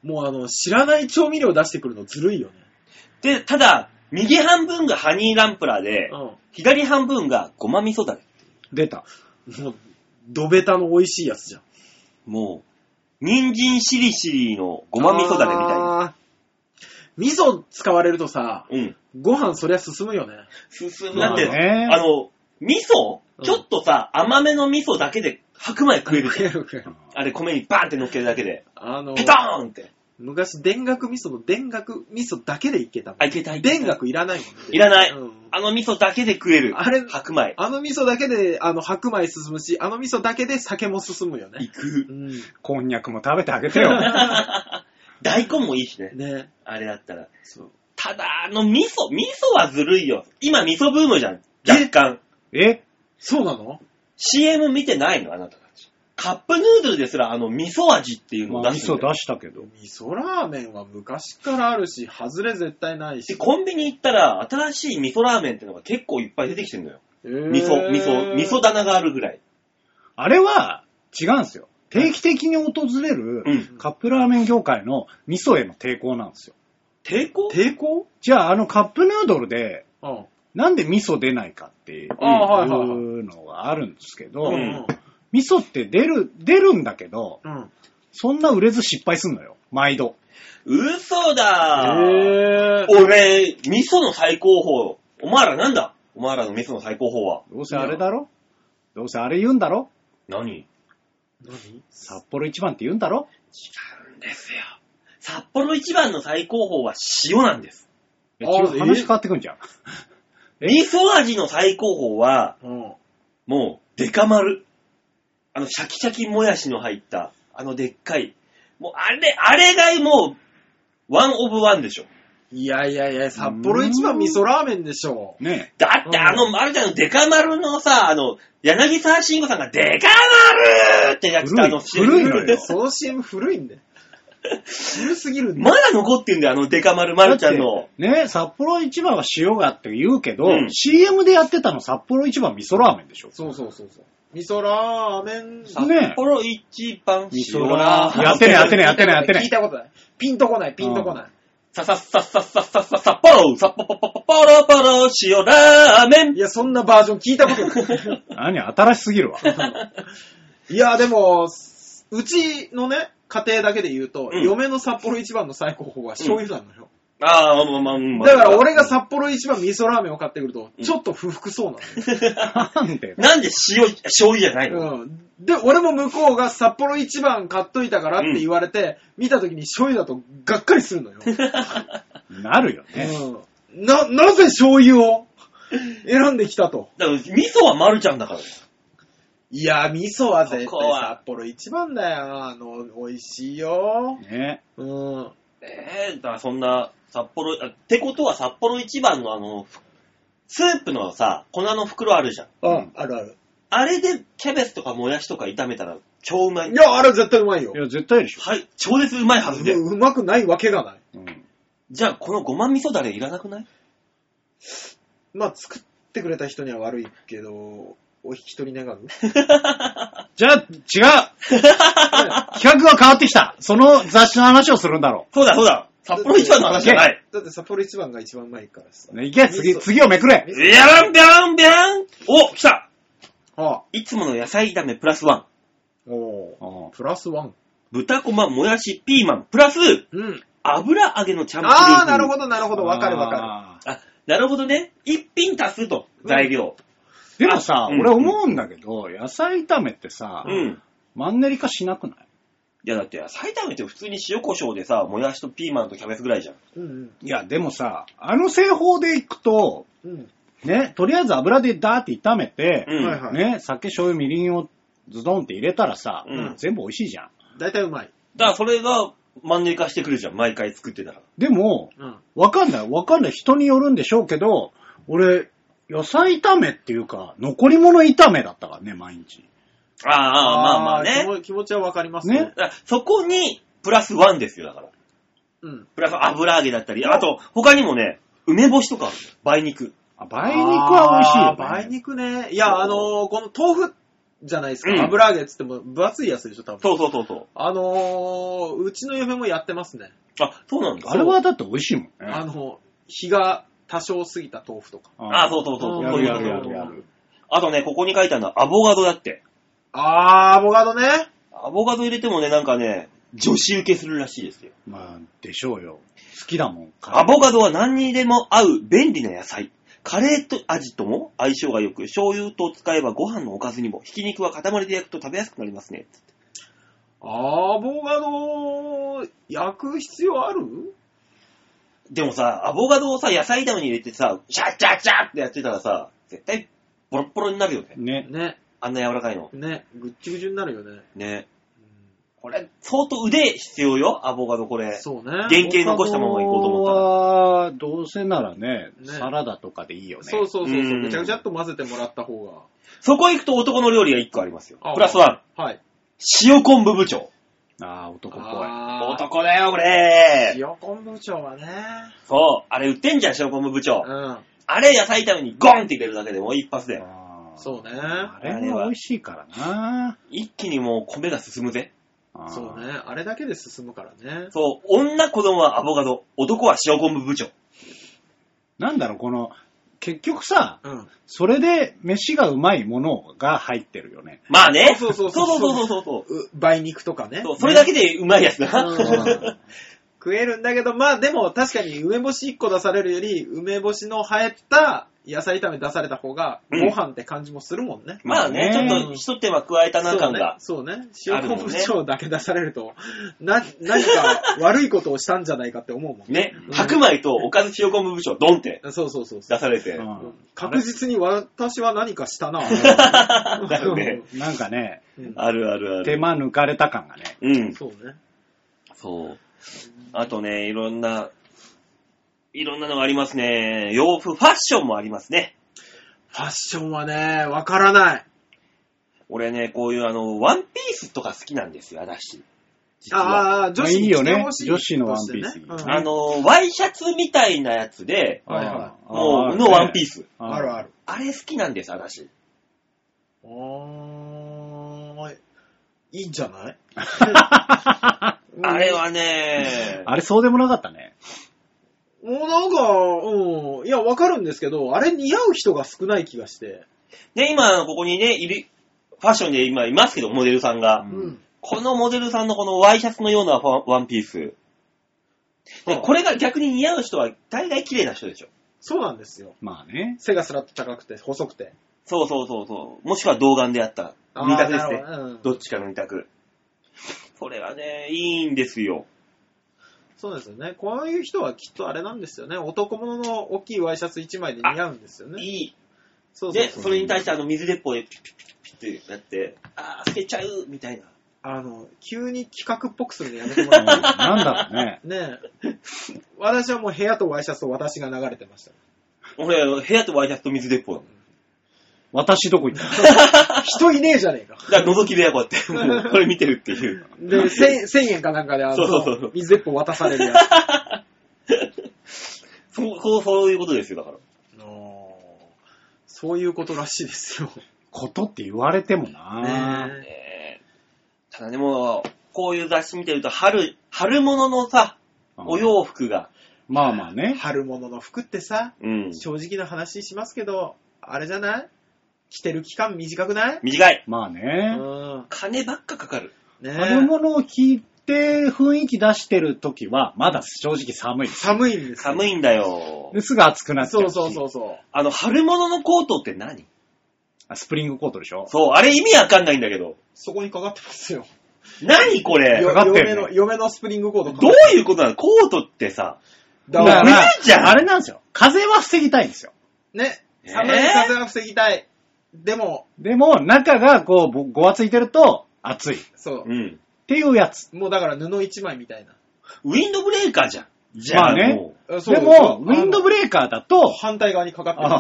もうあの、知らない調味料出してくるのずるいよね。 で、ただ、右半分がハニーナンプラーで、 うん。 左半分がごま味噌だれ。 出た。 もう、ドベタの美味しいやつじゃん。 もう、人参しりしりのごま味噌だれみたいな。 あー味噌使われるとさ、 うん。 ご飯そりゃ進むよね。 進む。だって、 まあねあの、味噌、 うんちょっとさ、甘めの味噌だけで白米食えるじゃん。 食えるあれ米にバーンって乗っけるだけで。 あの、 ペターンって。 昔、田楽味噌の田楽味噌だけでいけたもん。 あ、いけたいけた。 田楽いらないもんね。 いらない。 うんあの味噌だけで食える。 あれ白米。 あの味噌だけで、あの、白米進むし、あの味噌だけで酒も進むよね。 いくう。ん。 こんにゃくも食べてあげてよ。 大根もいいしね。 ね。 あれだったら。 そう。 ただ、あの味噌、味噌はずるいよ。今味噌ブームじゃん。若干。 えそうなの？ シーエム 見てないのあなたたち。カップヌードルですらあの味噌味っていうのをまあ、味噌出すんだよ。 出したけど。 味噌ラーメンは昔からあるし、外れ絶対ないで、 し。 コンビニ行ったら新しい味噌ラーメンってのが結構いっぱい出てきてるのよ。味噌、味噌、味噌棚があるぐらい。 あれは違うんですよ。定期的に訪れるうんカップラーメン業界の味噌への抵抗なんですよ。 抵抗抵抗？ じゃあ、あのカップヌードルで、 うん。 なんで味噌出ないかっていうああ、はいはいはい。 のがあるんですけど、 うん味噌って出る、出るんだけど、 うん。 そんな売れず失敗すんのよ。毎度。 嘘だー。 へー。 俺、味噌の最高峰。お前らなんだお前らの味噌の最高峰は。 どうせあれだろどうせあれ言うんだろ何何？ 札幌一番って言うんだろ違うんですよ。札幌一番の最高峰は塩なんです。 いやあ違う話変わってくんじゃん。え味噌味の最高峰は、 うん。 もう、デカ丸。あの、シャキシャキもやしの入った、あのでっかい。もう、あれ、あれがもう、ワンオブワンでしょ。 いやいやいや、札幌一番味噌ラーメンでしょ。 ねだってあの、まるちゃんのデカ丸のさ、あの、柳沢慎吾さんがデカ丸ってやってたあの、 古い古いのよその シーエム 古いんで。古すぎるんまだ。 だ残ってんだよ、あのデカ丸まるちゃんの。 ね札幌一番は塩がって言うけど、 うんシーエム でやってたの札幌一番味噌ラーメンでしょ。 そうそうそうそう。味噌ラーメン。 ね札幌一番味塩噌ラーメン。やラってねやってねやってねやってね聞い。たことない。ピンとこない、ピンとこない。 さささささささ札幌札幌ポロポロ塩ラーメン。 いや、そんなバージョン聞いたことない。 何新しすぎるわ。 いや、でも、うちのね、家庭だけで言うと、 うん嫁の札幌一番の最高峰は醤油なのよ。 ああ、まあまあまあ。 だから俺が札幌一番味噌ラーメンを買ってくると、ちょっと不服そうななんでなんで塩、醤油じゃないの、 の。うん。で、俺も向こうが札幌一番買っといたからって言われて、見た時に醤油だとがっかりするのよ。 なるよね。 うん。な、なぜ醤油を選んできたと。 だから味噌はまるちゃんだから。 いや、味噌は絶対ここは札幌一番だよ。あの、美味しいよ。 ねうん。 ええー、だからそんな、札幌、あってことは札幌一番のあの、スープのさ、粉の袋あるじゃん。 あ、 うんあるある。 あれでキャベツとかもやしとか炒めたら超うまい。 いや、あれ絶対うまいよい。や、絶対でしょ。 はい、超絶うまいはずで。 ううまくないわけがない。 うんじゃあこのごま味噌だれいらなくない？ まあ、作ってくれた人には悪いけど、お引き取り願うじゃあ、違う企画が変わってきたその雑誌の話をするんだろそうだそうだ。札幌一番の話じゃない。 だって札幌一番が一番うまいからさ。 う。ね、いけ、次、 味噌次をめくれ。 ビャランビャランビャランお、来たあいつもの野菜炒めプラスワン。 おあープラスワン。 豚こま、もやし、ピーマン、プラスうん。 油揚げのチャンプルーああ、なるほど、なるほど。わかるわかかあ、なるほどね。一品足すと、材料。 る。でもさ、 うん俺思うんだけど、野菜炒めってさう、ん。 マンネリ化しなくないいやだって野菜炒めって普通に塩コショウでさ、もやしとピーマンとキャベツぐらいじゃん。 る。うんいや、でもさ、あの製法でいくと、 うん。うん。 ね、とりあえず油でダーって炒めて、 うん。 はいはいね、酒、醤油、みりんをズドンって入れたらさ、 うん全部美味しいじゃん。 大体うまい。 だからそれがマンネリ化してくるじゃん、毎回作ってたら。 でも、 うん。 わかんない、わかんない。人によるんでしょうけど、俺、野菜炒めっていうか、残り物炒めだったからね、毎日。 ああ、まあまあね。 気持気持ちはわかりますねよ。 だからそこに、プラスワンですよ、だから。 うん。 プラス油揚げだったり、あと、他にもね、梅干しとかある、梅肉。 あ梅肉は美味しいよ、ね。 あー梅肉ね。いや、あのーこの豆腐じゃないですか。 うん油揚げっつっても分厚いやつでしょ、多分。 そうそうそうそう。 あのー、うちの嫁もやってますね。 あ、そうなんだ。 あれはだって美味しいもんね。 あの、火が多少過ぎた豆腐とか。 あ、そうそうそう。 うんそういうことやるやるやる。 あとね、ここに書いてあるのはアボカドだって。 あー、アボカドね。 アボカド入れてもね、なんかね、女子受けするらしいですよ。 まあ、でしょうよ。好きだもん。 アボカドは何にでも合う便利な野菜。カレーと味とも相性が良く、醤油と使えばご飯のおかずにも、ひき肉は塊で焼くと食べやすくなりますね。 アボカド、焼く必要ある？ でもさ、アボカドをさ、野菜炒めに入れてさ、シャッシャッシャッってやってたらさ、絶対ボロッボロになるよね。 ね。 ね。 あんな柔らかいの。 ね。ぐっちぐちになるよね。 ね。これ、相当腕必要よ、アボカドこれ。 そうね。 原型残したままいこうと思ったら。 は、どうせならね、 ねサラダとかでいいよね。 そうそうそうそう。 うんぐちゃぐちゃっと混ぜてもらった方が。 そこ行くと男の料理がいっこありますよ。 あプラスワン。 はい。 塩昆布部長。 ああ、男っぽい。 あー男だよ、これ。 塩昆布長はね。 そう。あれ売ってんじゃん、塩昆布部長。 うん。 あれ野菜炒めにゴンって入れるだけでもう一発だよ。 あーそうね。 あれも美味しいからな。 一気にもう米が進むぜ。 あーそうね。あれだけで進むからね。 そう。女、子供はアボカド。男は塩昆布部長。 なんだろう、この、結局さ、 うん。 それで飯がうまいものが入ってるよね。 まあね。 そうそうそうそうそうそうそうそう。 う梅肉とかね。 そうそれだけでうまいやつだうんな。 食えるんだけど、まあでも確かに梅干しいっこ出されるより、梅干しの入った野菜炒め出された方が、 うんご飯って感じもするもんね。 まあね、ちょっと一手間加えたな感が。 そうね。そうね。塩昆布あるもんね長だけ出されると、な、何か悪いことをしたんじゃないかって思うもんねう。ん白米とおかず塩昆布部長、ドンってそうそうそうそう。 出されて。 うん確実に私は何かしたな。 だよね。 なんかね、 うんあるあるある。 手間抜かれた感がね。 うん。 そうね。 そう。あとね、いろんな、いろんなのがありますね。洋服、ファッションもありますね。 ファッションはね、わからない。 俺ね、こういうあの、ワンピースとか好きなんですよ、私。実は。 ああ、女子に着てほしいまあいいよね女子のワンピースとしてねうんあの、ワイシャツみたいなやつで、 はいはもう、のワンピース。 ス。 あるある。 あれ好きなんです、私。 あー、いいんじゃないあれはね、 あれそうでもなかったね。 もうなんか、うん。いや、わかるんですけど、あれ似合う人が少ない気がして。 ね、今、ここにね、いる、ファッションで今いますけど、モデルさんが。 ううんん。 このモデルさんのこのワイシャツのようなファワンピース。でこれが逆に似合う人は大概綺麗な人でしょ。 そうなんですよ。 まあね。 背がスラッと高くて、細くて。 そうそうそうそう。もしくは童顔であった。二択ですね。 あーなるほどうんどっちかの二択。それがね、いいんですよ。 そうですよね。こういう人はきっとあれなんですよね。男物の大きいワイシャツいちまいで似合うんですよね。 いい。で、 そうそうそう。 それに対してあの水鉄砲でピッピッピッピッってやって、あー、捨てちゃうみたいな。 あの、急に企画っぽくするのやめてもらっていいなんだろうね。 ねえ。私はもう部屋とワイシャツと私が流れてました。 俺、部屋とワイシャツと水鉄砲だもん。 私どこ行った人いねえじゃねえか。 だから覗き部屋こうやって、もうこれ見てるっていう。 で、千千円かなんかで、あの、 そうそうそうそう水鉄砲渡されるやそう、そう、そういうことですよ、だから。 つ。あーそういうことらしいですよ。 ことって言われてもな。 ねえーただでも、こういう雑誌見てると、春、春物のさ、お洋服が、 まあまあね。 春物の服ってさ、 うん、 正直な話しますけど、あれじゃない着てる期間短くない短い。 まあうね。 ん。 金ばっかかかる。 ね春物を着て雰囲気出してる時は、まだ正直寒いです。 寒いんですよ。 寒いんだよ。 ですぐ暑くなっちゃうし。 そうそうそうそう。 あの、春物のコートって何？ あスプリングコートでしょ。 そう、あれ意味わかんないんだけど。 そこにかかってますよ。 何これよかかってるね嫁の、嫁のスプリングコートかどかういうことなの？コートってさ、 だから冬じゃんあれなんですよ。風は防ぎたいんですよ。 ね、 えー寒い風は防ぎたい。でも、 でも、中がこう、ぼごわついてると、暑い。っそうう。ん。 ていうやつ。 もうだから布一枚みたいな。 ウィンドブレーカーじゃん。じゃあ、 まあねもあそうでも、ウィンドブレレーカーだと、 反対側にかかってるん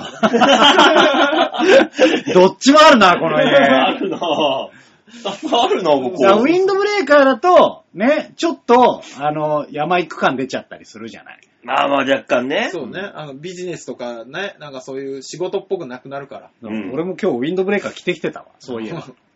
ですよ。 どっちもあるな、このう、あ家。 るなぁ。あるなぁ、ここ。 じゃあウィンドブレーカーだと、ね、ちょっと、あの、山行く感出ちゃったりするじゃない。 まあまあ若干ね。 そうね。あの、ビジネスとかね、なんかそういう仕事っぽくなくなるから。 うん俺も今日ウィンドブレーカー着てきてたわ、そういえば。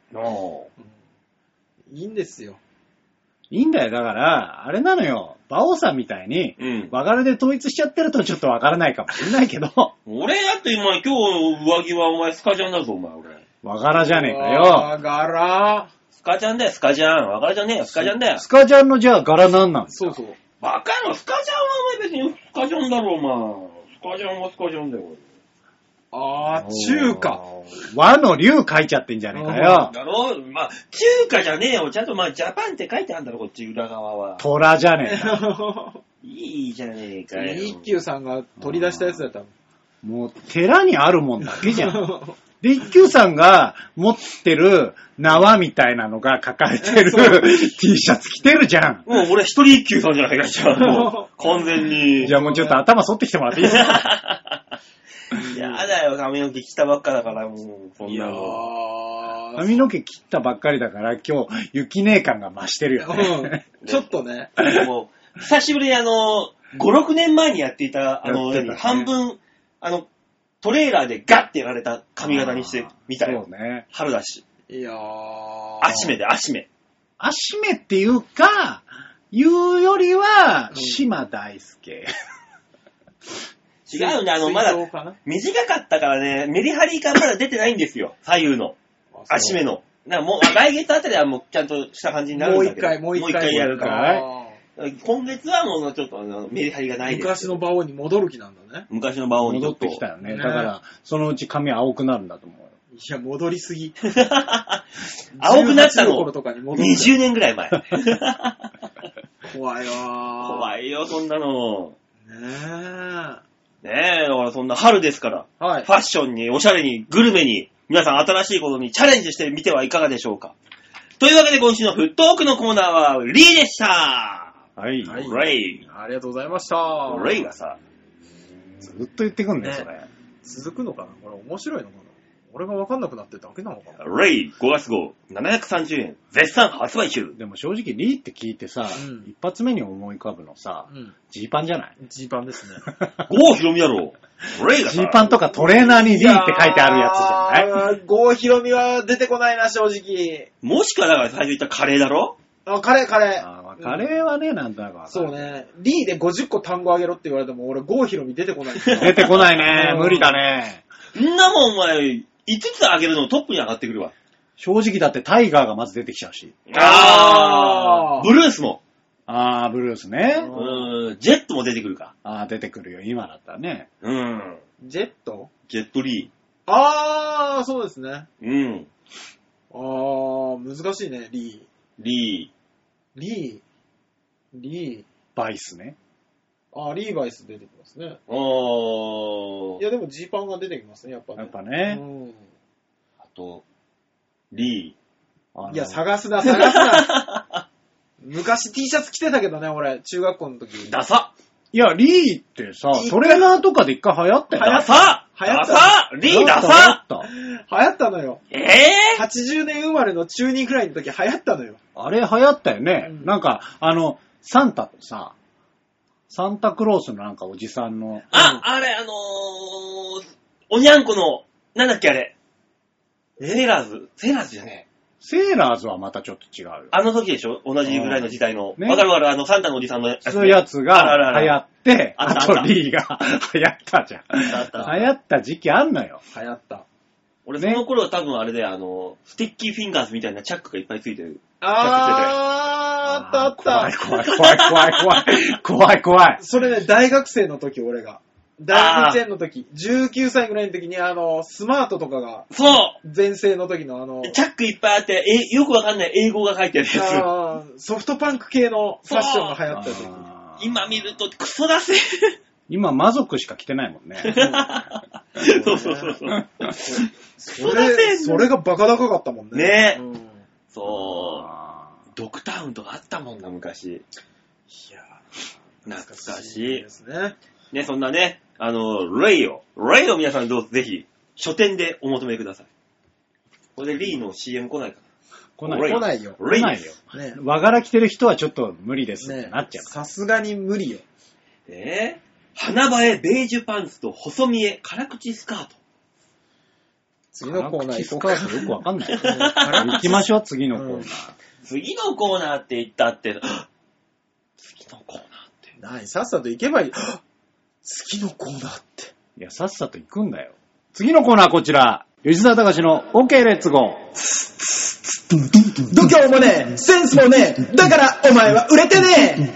おいいんですよ。 いいんだよ。だから、あれなのよ。馬王さんみたいに、 うん。 和柄で統一しちゃってるとちょっとわからないかもしれないけど、 俺だって今、今日上着はお前スカジャンだぞ、お前俺。 和柄じゃねえかよ。 和柄。 スカジャンだよ、スカジャン。わからじゃねえよ、スカジャンだよ。 スカジャンのじゃあ柄なんなんですか？ そうそう。 バカ野郎、スカジャンはお前別にスカジャンだろ、お前。スカジャンはスカジャンだよ、 あー、中華。 和の竜書いちゃってんじゃねえかよ。 だろまあ、中華じゃねえよ。ちゃんとまあ、ジャパンって書いてあるんだろ、こっち裏側は。 虎じゃねえか。 いいじゃねえかよ。 一休さんが取り出したやつだったの。 もう、寺にあるもんだけじゃん。で、一休さんが持ってる縄みたいなのが書かれてる T シャツ着てるじゃん。 もう俺一人一休さんじゃないか、じゃあ、もう、完全に。 じゃあもうちょっと頭反ってきてもらっていいですか？ やだよ、髪の毛切ったばっかだから、もう、そんいやなの。 ー。 髪の毛切ったばっかりだから今日、雪姉感が増してるよね。 うん。ちょっとね。 もう、久しぶりにあの、ご、ろくねんまえにやっていた、あの、 やってたね半分、あの、トレーラーでガッてやられた髪型にしてみたよ。 そうね。 春だし。 いやー。 足目で足目。 足目っていうか、言うよりは、島大輔。 違うね、あの、まだ水道かな、 短かったからね、メリハリがまだ出てないんですよ。左右の。足目の。なんかもう、来月あたりはもうちゃんとした感じになるんだけど。 もう一回、もう一回。 やるかはいら。今月はもうちょっとあのメリハリがないです。 昔の馬王に戻る気なんだね。 昔の馬王にちょっと。 戻ってきたよね。 ねだから、そのうち髪青くなるんだと思うよ。 いや、戻りすぎ。 青くなったのじゅうはちの頃とかに戻るにじゅうねんぐらい前。 怖いわー。 怖いよ、そんなの。 ねねえ、だからそんな春ですから、 え。はいフ。ァッションに、おしゃれに、グルメに、皆さん新しいことにチャレンジしてみてはいかがでしょうか。というわけで今週のフットオークのコーナーは、リーでしたはい。 はいレイ。 ありがとうございました。 レイがさ、 ずっと言ってくんね、 ねそれ。 続くのかなこれ面白いのかな俺が分かんなくなってるだけなのかなレイごがつ号ななひゃくさんじゅうえん、絶賛発売中。 でも正直、リーって聞いてさ、 うん一発目に思い浮かぶのさ、 うん。 ジーパンじゃない？ ジーパンですね。 郷ひろみだろう。レイがさ、 ジーパンとかトレーナーにリーって書いてあるやつじゃない？ いやー郷ひろみは出てこないな、正直。 もしくはだから最初言ったカレーだろあ、カレー、カレー。 あーまあカレーはね、なんとなくわかる。 そうね。リーでごじゅっこ単語あげろって言われても、俺、郷ひろみ出てこない。 出てこないね。 うん無理だね。 んなもんお前、いつつあげるのトップに上がってくるわ。 正直だってタイガーがまず出てきちゃうし。 あー、ブルースも。 あー、ブルースね。 うーん、ジェットも出てくるか。 あー、出てくるよ。今だったらね。 うん。 ジェットジェットリあー、そうですね。 ー。うん。 あー、難しいね、リリー。リー。リバイスね。 ー。あー、リーバイス出てきますね。 ー。おー。 いや、でもジーパンが出てきますね、やっぱね。 やっぱね。 うん。 あと、リあのいや、探すな、探すな。昔 T シャツ着てたけどね、俺、中学校の時。 ー。ダサいや、リーってさ、トレーナーとかで一回流行ったよ。 ダサダ流行ったサリーダサ流行った。 流行ったのよ。 えぇ、 はちじゅうねん生まれの中にくらいの時流行ったのよ。 あれ流行ったよね。 うんなんか、あの、サンタとさ、サンタクロースのなんかおじさんの、 あ、あれ、あのー、おにゃんこの、なんだっけあれ。セーラーズセーラーズじゃねえ。 セーラーズはまたちょっと違うよ。 あの時でしょ同じぐらいの時代の。わ、 ねかるわかるあの、サンタのおじさんのやつ、ね。 そういうやつがあららら流行って、 あったあとリーが流行ったじゃん。 あったあった流行った時期あんのよ。 流行った。 俺その頃は多分あれで、あの、スティッキーフィンガーズみたいなチャックがいっぱいついてる。 あー、あったあった。 怖い怖い怖い怖い怖い。怖い怖い。 それね、大学生の時、俺が。大学いちねんの時、じゅうきゅうさいぐらいの時に、あの、スマートとかが、 そう全盛の時のあの、 チャックいっぱいあって、え、よくわかんない英語が書いてあるやあーソフトパンク系のファッションが流行った時。 あーつ。今見るとクソだせ。 今、魔族しか着てないもんね。 そうそうそうそう。 それ、それがバカ高かったもんね。 ねうん、いそう。 あドクターウンとかあったもんな、昔。 や懐かしいで。すね。 ね、そんなね、あの、レイを、レイを皆さんどうぞぜひ、書店でお求めください。これでリーの シーエム 来ないか来ないレイ来ないよ。 な。レイ来ないよ。 ね和柄着てる人はちょっと無理ですってねなっちゃう。 さすがに無理よ。 えー、花映えベージュパンツと細見え辛口スカート。 次のコーナー行こうか。 辛口スカートよくわかんない。行きましょう、次のコーナー。うん、 次のコーナーって言ったって、次のコーナーって。 何さっさと行けばいい。次のコーナーって。 いや、さっさと行くんだよ。次のコーナーこちら。吉沢隆の OK レッツゴー。 度胸もねえ、センスもねえ、だからお前は売れてね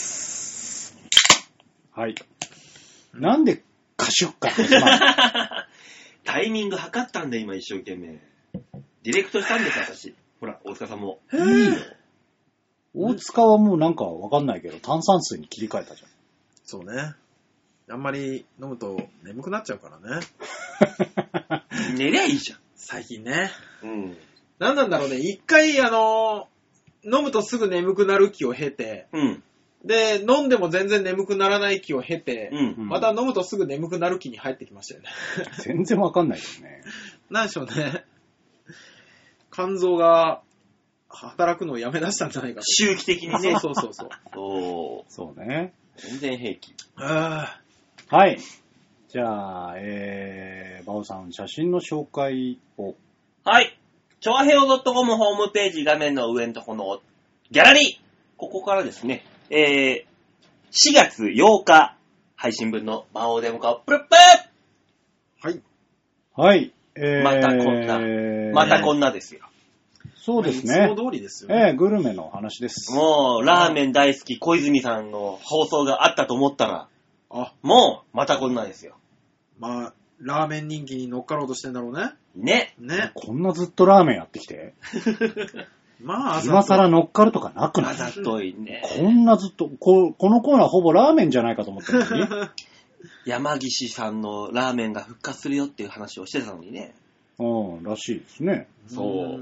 え。はい。なんで歌手かタイミング測ったんだ今一生懸命。ディレクトしたんです私。ほら、大塚さんも。 いいよ。大塚はもうなんかわかんないけど、炭酸水に切り替えたじゃん。 そうね。あんまり飲むと眠くなっちゃうからね。 寝りゃいいじゃん。 最近ね。 うん。 なんなんだろうね。一回、あのー、飲むとすぐ眠くなる気を経て、 うん。 で、飲んでも全然眠くならない気を経て、 うん、 また飲むとすぐ眠くなる気に入ってきましたよね。 全然わかんないですね。 なんでしょうね。肝臓が働くのをやめ出したんじゃないかと。 周期的にね。 そうそうそうそう。 そう。 そうね。 全然平気。 あはい。じゃあ、えー、バオさん、写真の紹介を。 はい。チョアヘオ .com ホームページ画面の上のところのギャラリー。ここからですね、えー、しがつようか配信分の魔王デモカをプルップはい。 はい。えー、 またこんな、またこんなですよ。 そうですね。 いつも通りですよね。 えー、グルメの話です。 もう、ラーメン大好き小泉さんの放送があったと思ったら、 あ、 もう、またこんなですよ。 まあ、ラーメン人気に乗っかろうとしてんだろうね。 ね。 ね。 こんなずっとラーメンやってきて。 まあ、 今更乗っかるとかなくない？ あざといね。 こんなずっと、こ、このコーナーほぼラーメンじゃないかと思ってるのに。 山岸さんのラーメンが復活するよっていう話をしてたのにね。 うん、らしいですね。 そう。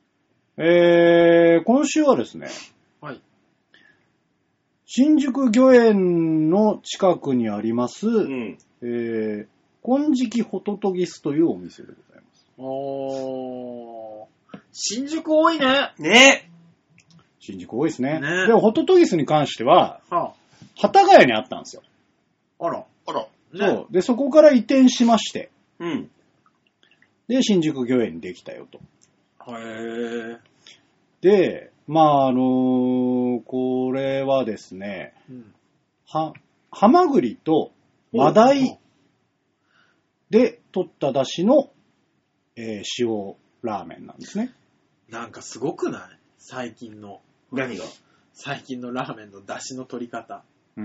えー、今週はですね、 はい。 新宿御苑の近くにあります、 うん。 えー、金色ホトトギスというお店でございます。 おー。新宿多いね。 ね。 新宿多いですね。 ねで、ホトトギスに関しては、 は幡ヶ谷にあったんですよ。 あ、あら。 あら。 ね、 そう。で、そこから移転しまして、 うん。 で、新宿御苑にできたよと。 へー。 で、まあ、あのー、これはですね、 うん、 は、ハマグリとマダイで取った出汁の、えー、塩ラーメンなんですね。 なんかすごくない？最近の。 何が？ 最近のラーメンの出汁の取り方。 うん。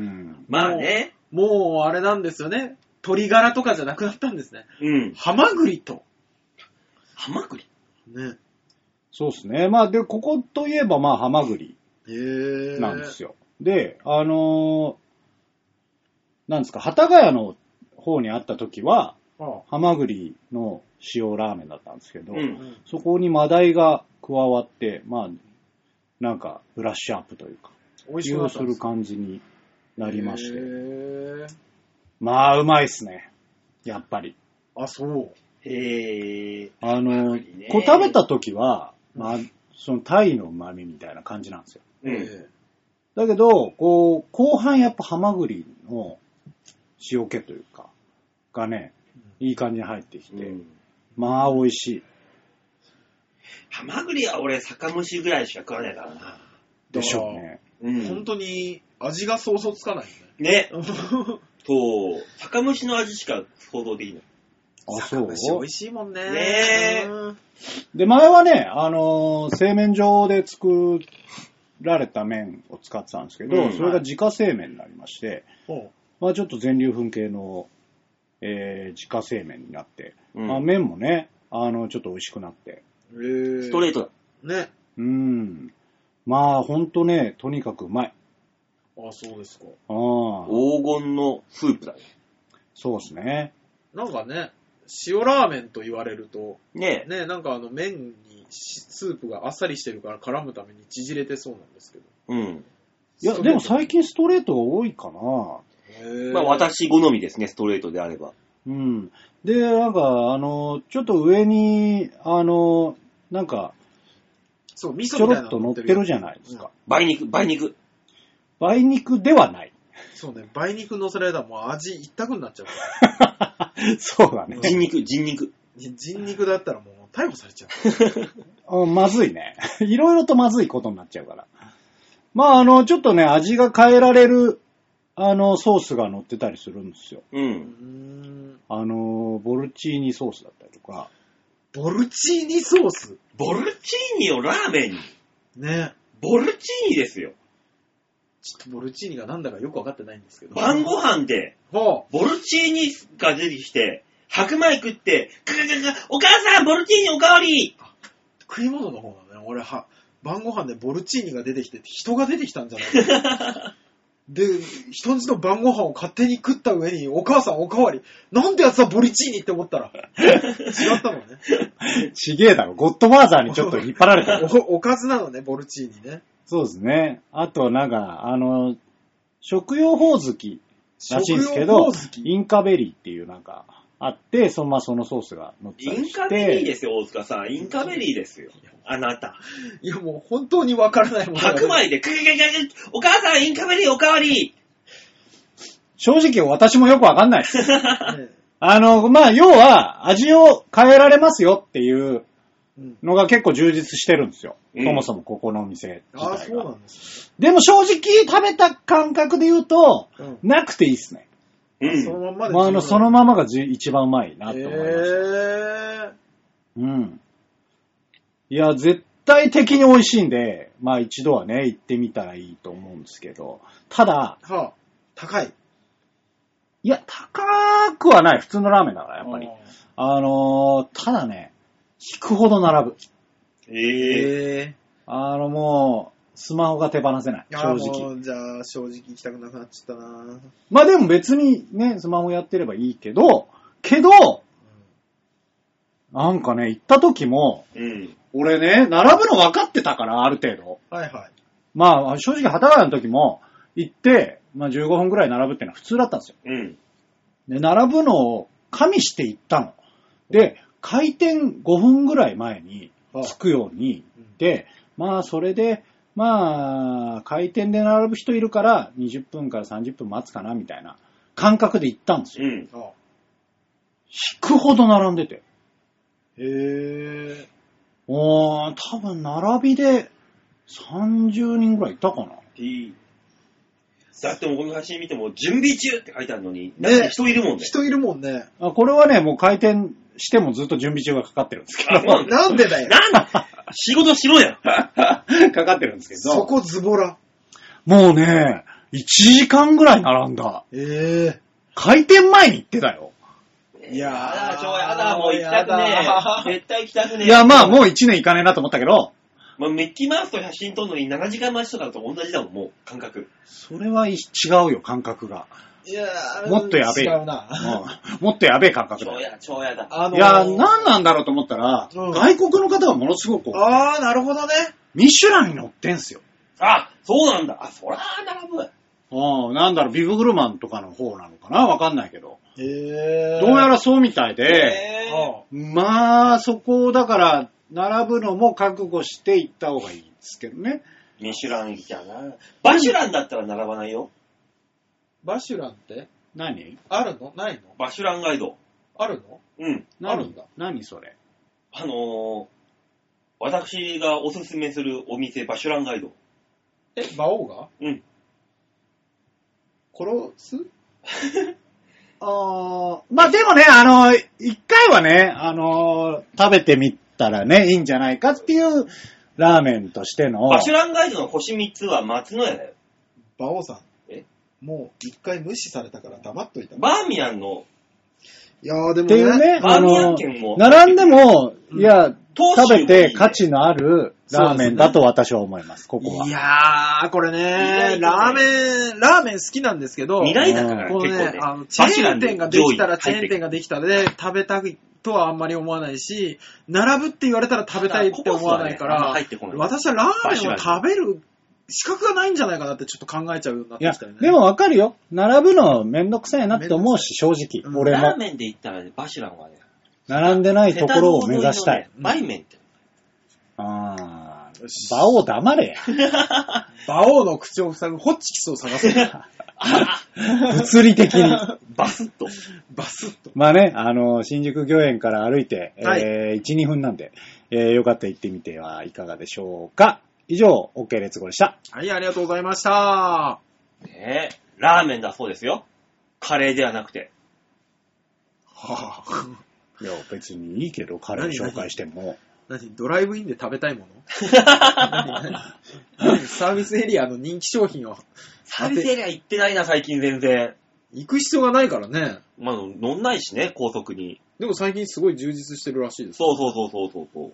まあね。 もう、もうあれなんですよね。鶏ガラとかじゃなくなったんですね。 うん。 ハマグリと。 ハマグリ？ ね。 そうですね。まあ、で、ここといえば、まあ、ハマグリへー。 なんですよ。で、あのー、なんですか、幡ヶ谷の方にあった時は、 ああ、 ハマグリの塩ラーメンだったんですけど、 うん。 そこにマダイが加わって、まあ、なんか、ブラッシュアップというか、 美味しくなったんですする感じになりまして。 へー。 まあ、うまいっすね。やっぱり。 あ、そう。 へー。 あの、 ねこう食べた時は、まあ、そのタイの旨味みたいな感じなんですよ。 うん。 えだけど、こう、後半やっぱハマグリの塩気というか、がね、いい感じに入ってきて、 うん、 まあ美味しい。 ハマグリは俺酒蒸しぐらいしか食わないからな。 でしょうね。 うん。 本当に味が想像つかないね。 ね。 そう。酒蒸しの味しか想像できない。 あ、そう。 酒蒸し美味しいもんね。 ねえうんで、前はね、あのー製麺所で作られた麺を使ってたんですけど、 うんそれが自家製麺になりまして、 ほまあちょっと全粒粉系の、えー自家製麺になって、 うんまあ、麺もね、あの、ちょっと美味しくなって。 う。へーストレートだ。 ね。 うん。まあほんとね、とにかくうまい。 あ、そうですか。 ああ、 黄金のスープだね。 そうですね。 なんかね、塩ラーメンと言われると、 ねね、なんかあの麺にスープがあっさりしてるから絡むために縮れてそうなんですけど。 うん。 いや、でも最近ストレートが多いかな。 へーまあ私好みですね、ストレートであれば。 うん。で、なんか、あの、ちょっと上に、あの、なんか、 そう、味噌ちょみたいなろっと乗ってるじゃないですか。 梅肉、梅肉。 梅肉ではない。 そうね、梅肉乗せられたらもう味一択になっちゃう。 そうだね。 人肉、人肉。 人肉だったらもう逮捕されちゃう。まずいね。いろいろとまずいことになっちゃうから。まあ、あの、ちょっとね、味が変えられる、あの、ソースが乗ってたりするんですよ。 うん。 う。うん。 あの、ボルチーニソースだったりとか。 ボルチーニソースボルチーニをラーメンに。 ね。 ボルチーニですよ。 ちょっとボルチーニがなんだかよくわかってないんですけど。 晩ご飯で、 ほボルチーニが出てきて、白米食って、ガガガガ、お母さん、ボルチーニおかわり食い物の方だね。俺は、晩ご飯でボルチーニが出てきて、人が出てきたんじゃないで、人んちの晩ご飯を勝手に食った上に、お母さんおかわり。なんでやつはボルチーニって思ったら、違ったのね。 ちげえだろ。ゴッドファーザーにちょっと引っ張られた。 お、おかずなのね、ボルチーニね。 そうですね。あと、なんか、あの、食用ホオズキらしいんですけど、インカベリーっていうなんか、あって、そのままそのソースが乗ってたりして。 インカベリーですよ、大塚さん。インカベリーですよ。あなた。 いや、もう本当にわからないもの。 白米で、ククククお母さん、インカベリーおかわり正直私もよくわかんないです。ね、あの、まあ、要は、味を変えられますよっていうのが結構充実してるんですよ。うん、そもそもここのお店自体が。あ、そうなんです、ね。でも正直食べた感覚で言うと、うん、なくていいっすね。 うん、 そのままで、 まあ、あの、そのままが一番うまいなと思いました。 へー。 うん。いや、絶対的に美味しいんで、まあ一度はね、行ってみたらいいと思うんですけど、ただ、 はあ、高い。 いや、高くはない。普通のラーメンだから、やっぱり。あのー、ただね、引くほど並ぶ。 ええー。 あの、もう、スマホが手放せない。正直。 じゃあ、正直行きたくなくなっちゃったな。 まあでも別にね、スマホやってればいいけど、けど、なんかね、行った時も、 うん、 俺ね、並ぶの分かってたから、ある程度。 はいはい。 まあ、正直、幡ヶ谷の時も、行って、まあじゅうごふんくらい並ぶっていうのは普通だったんですよ。 うん。 で、並ぶのを加味して行ったの。で、開店ごふんぐらい前に着くように、ああで、まあ、それで、まあ、開店で並ぶ人いるから、にじゅっぷんからさんじゅっぷん待つかな、みたいな感覚で行ったんですよ。 うん。 引くほど並んでて。 へぇー。 おー、多分並びでさんじゅうにんぐらいいたかな。 いだってもうこの写真見ても、準備中って書いてあるのに、なんか人いるもんね。 人いるもんね。 あ、これはね、もう開店してもずっと準備中がかかってるんですけど。 なんでだよ。 なん仕事しろや。 かかってるんですけど。 そこズボラ。 もうね、いちじかんぐらい並んだ。 ええー。 開店前に行ってたよ。 いやー、やだ、ちょ、やだ、もう行きたくねえ。絶対行きたくねえ。 いや、まあもういちねん行かねえなと思ったけど。 まあ、ミッキーマウスと写真撮るのにななじかん待ちとかと同じだもん、もう、感覚。 それは違うよ、感覚が。 いやー、 もっとやべえ。 違うな。 もっとやべえ感覚だ。 超や、超やだ。 あのー、いや、なんなんだろうと思ったら、うん、外国の方がものすごく多くて。 あー、なるほどね。 ミシュランに乗ってんすよ。 あ、そうなんだ。あ、そらー、並ぶ。 うん、なんだろう、ビブグルマンとかの方なのかなわかんないけど。 へー。 どうやらそうみたいで、 へーまあ、そこだから、並ぶのも覚悟して行った方がいいんですけどね。 ミシュランじゃな。バシュランだったら並ばないよ。 バシュランって何あるのないのバシュランガイド。 あるのうん。 あるんだ。 何それあのー、私がおすすめするお店、バシュランガイド。 え、馬王がうん。 殺すあーまあでもね、あの、一回はね、あの、食べてみたらね、いいんじゃないかっていうラーメンとしての。 バシュランガイドの星みっつは松の家だよ。 馬王さん。 えもう一回無視されたから黙っといた。 バーミヤンの。 いやーでもね。 っていうね、 バーミヤン県も。 並んでも、うん、いや、食べて価値のあるラーメンだと私は思います、ここは。 いやー、これね、ラーメン、ラーメン好きなんですけど、 未来だからこのね、 結構ね、 あのチェーン店ができたらチェーン店ができたらで食べたいとはあんまり思わないし、並ぶって言われたら食べたいって思わないから、 ね、 私はラーメンを食べる資格がないんじゃないかなってちょっと考えちゃうようになってきたよね。 いや、でもわかるよ。並ぶのめんどくさいなって思うし、正直、うん。俺も。 ラーメンで言ったら、ね、バシュランはね、 並んでないところを目指したい。 バイメンって。 あー、馬王黙れや。 馬王の口を塞ぐホッチキスを探す。 物理的に。 バスッと。 バスッと。 まあね、あの、新宿御苑から歩いて、 はいえー、いち、にふんなんで、えー、よかったら行ってみてはいかがでしょうか。以上、OK レッツゴーでした。 はい、ありがとうございました。 ねえ、ラーメンだそうですよ。カレーではなくて。 はぁ。 いや、別にいいけど、カレー紹介しても。 何ドライブインで食べたいもの何何サービスエリアの人気商品を。 サービスエリア行ってないな、最近全然。 行く必要がないからね。 まあ、乗んないしね、高速に。 でも最近すごい充実してるらしいです。 そうそうそうそうそうそう。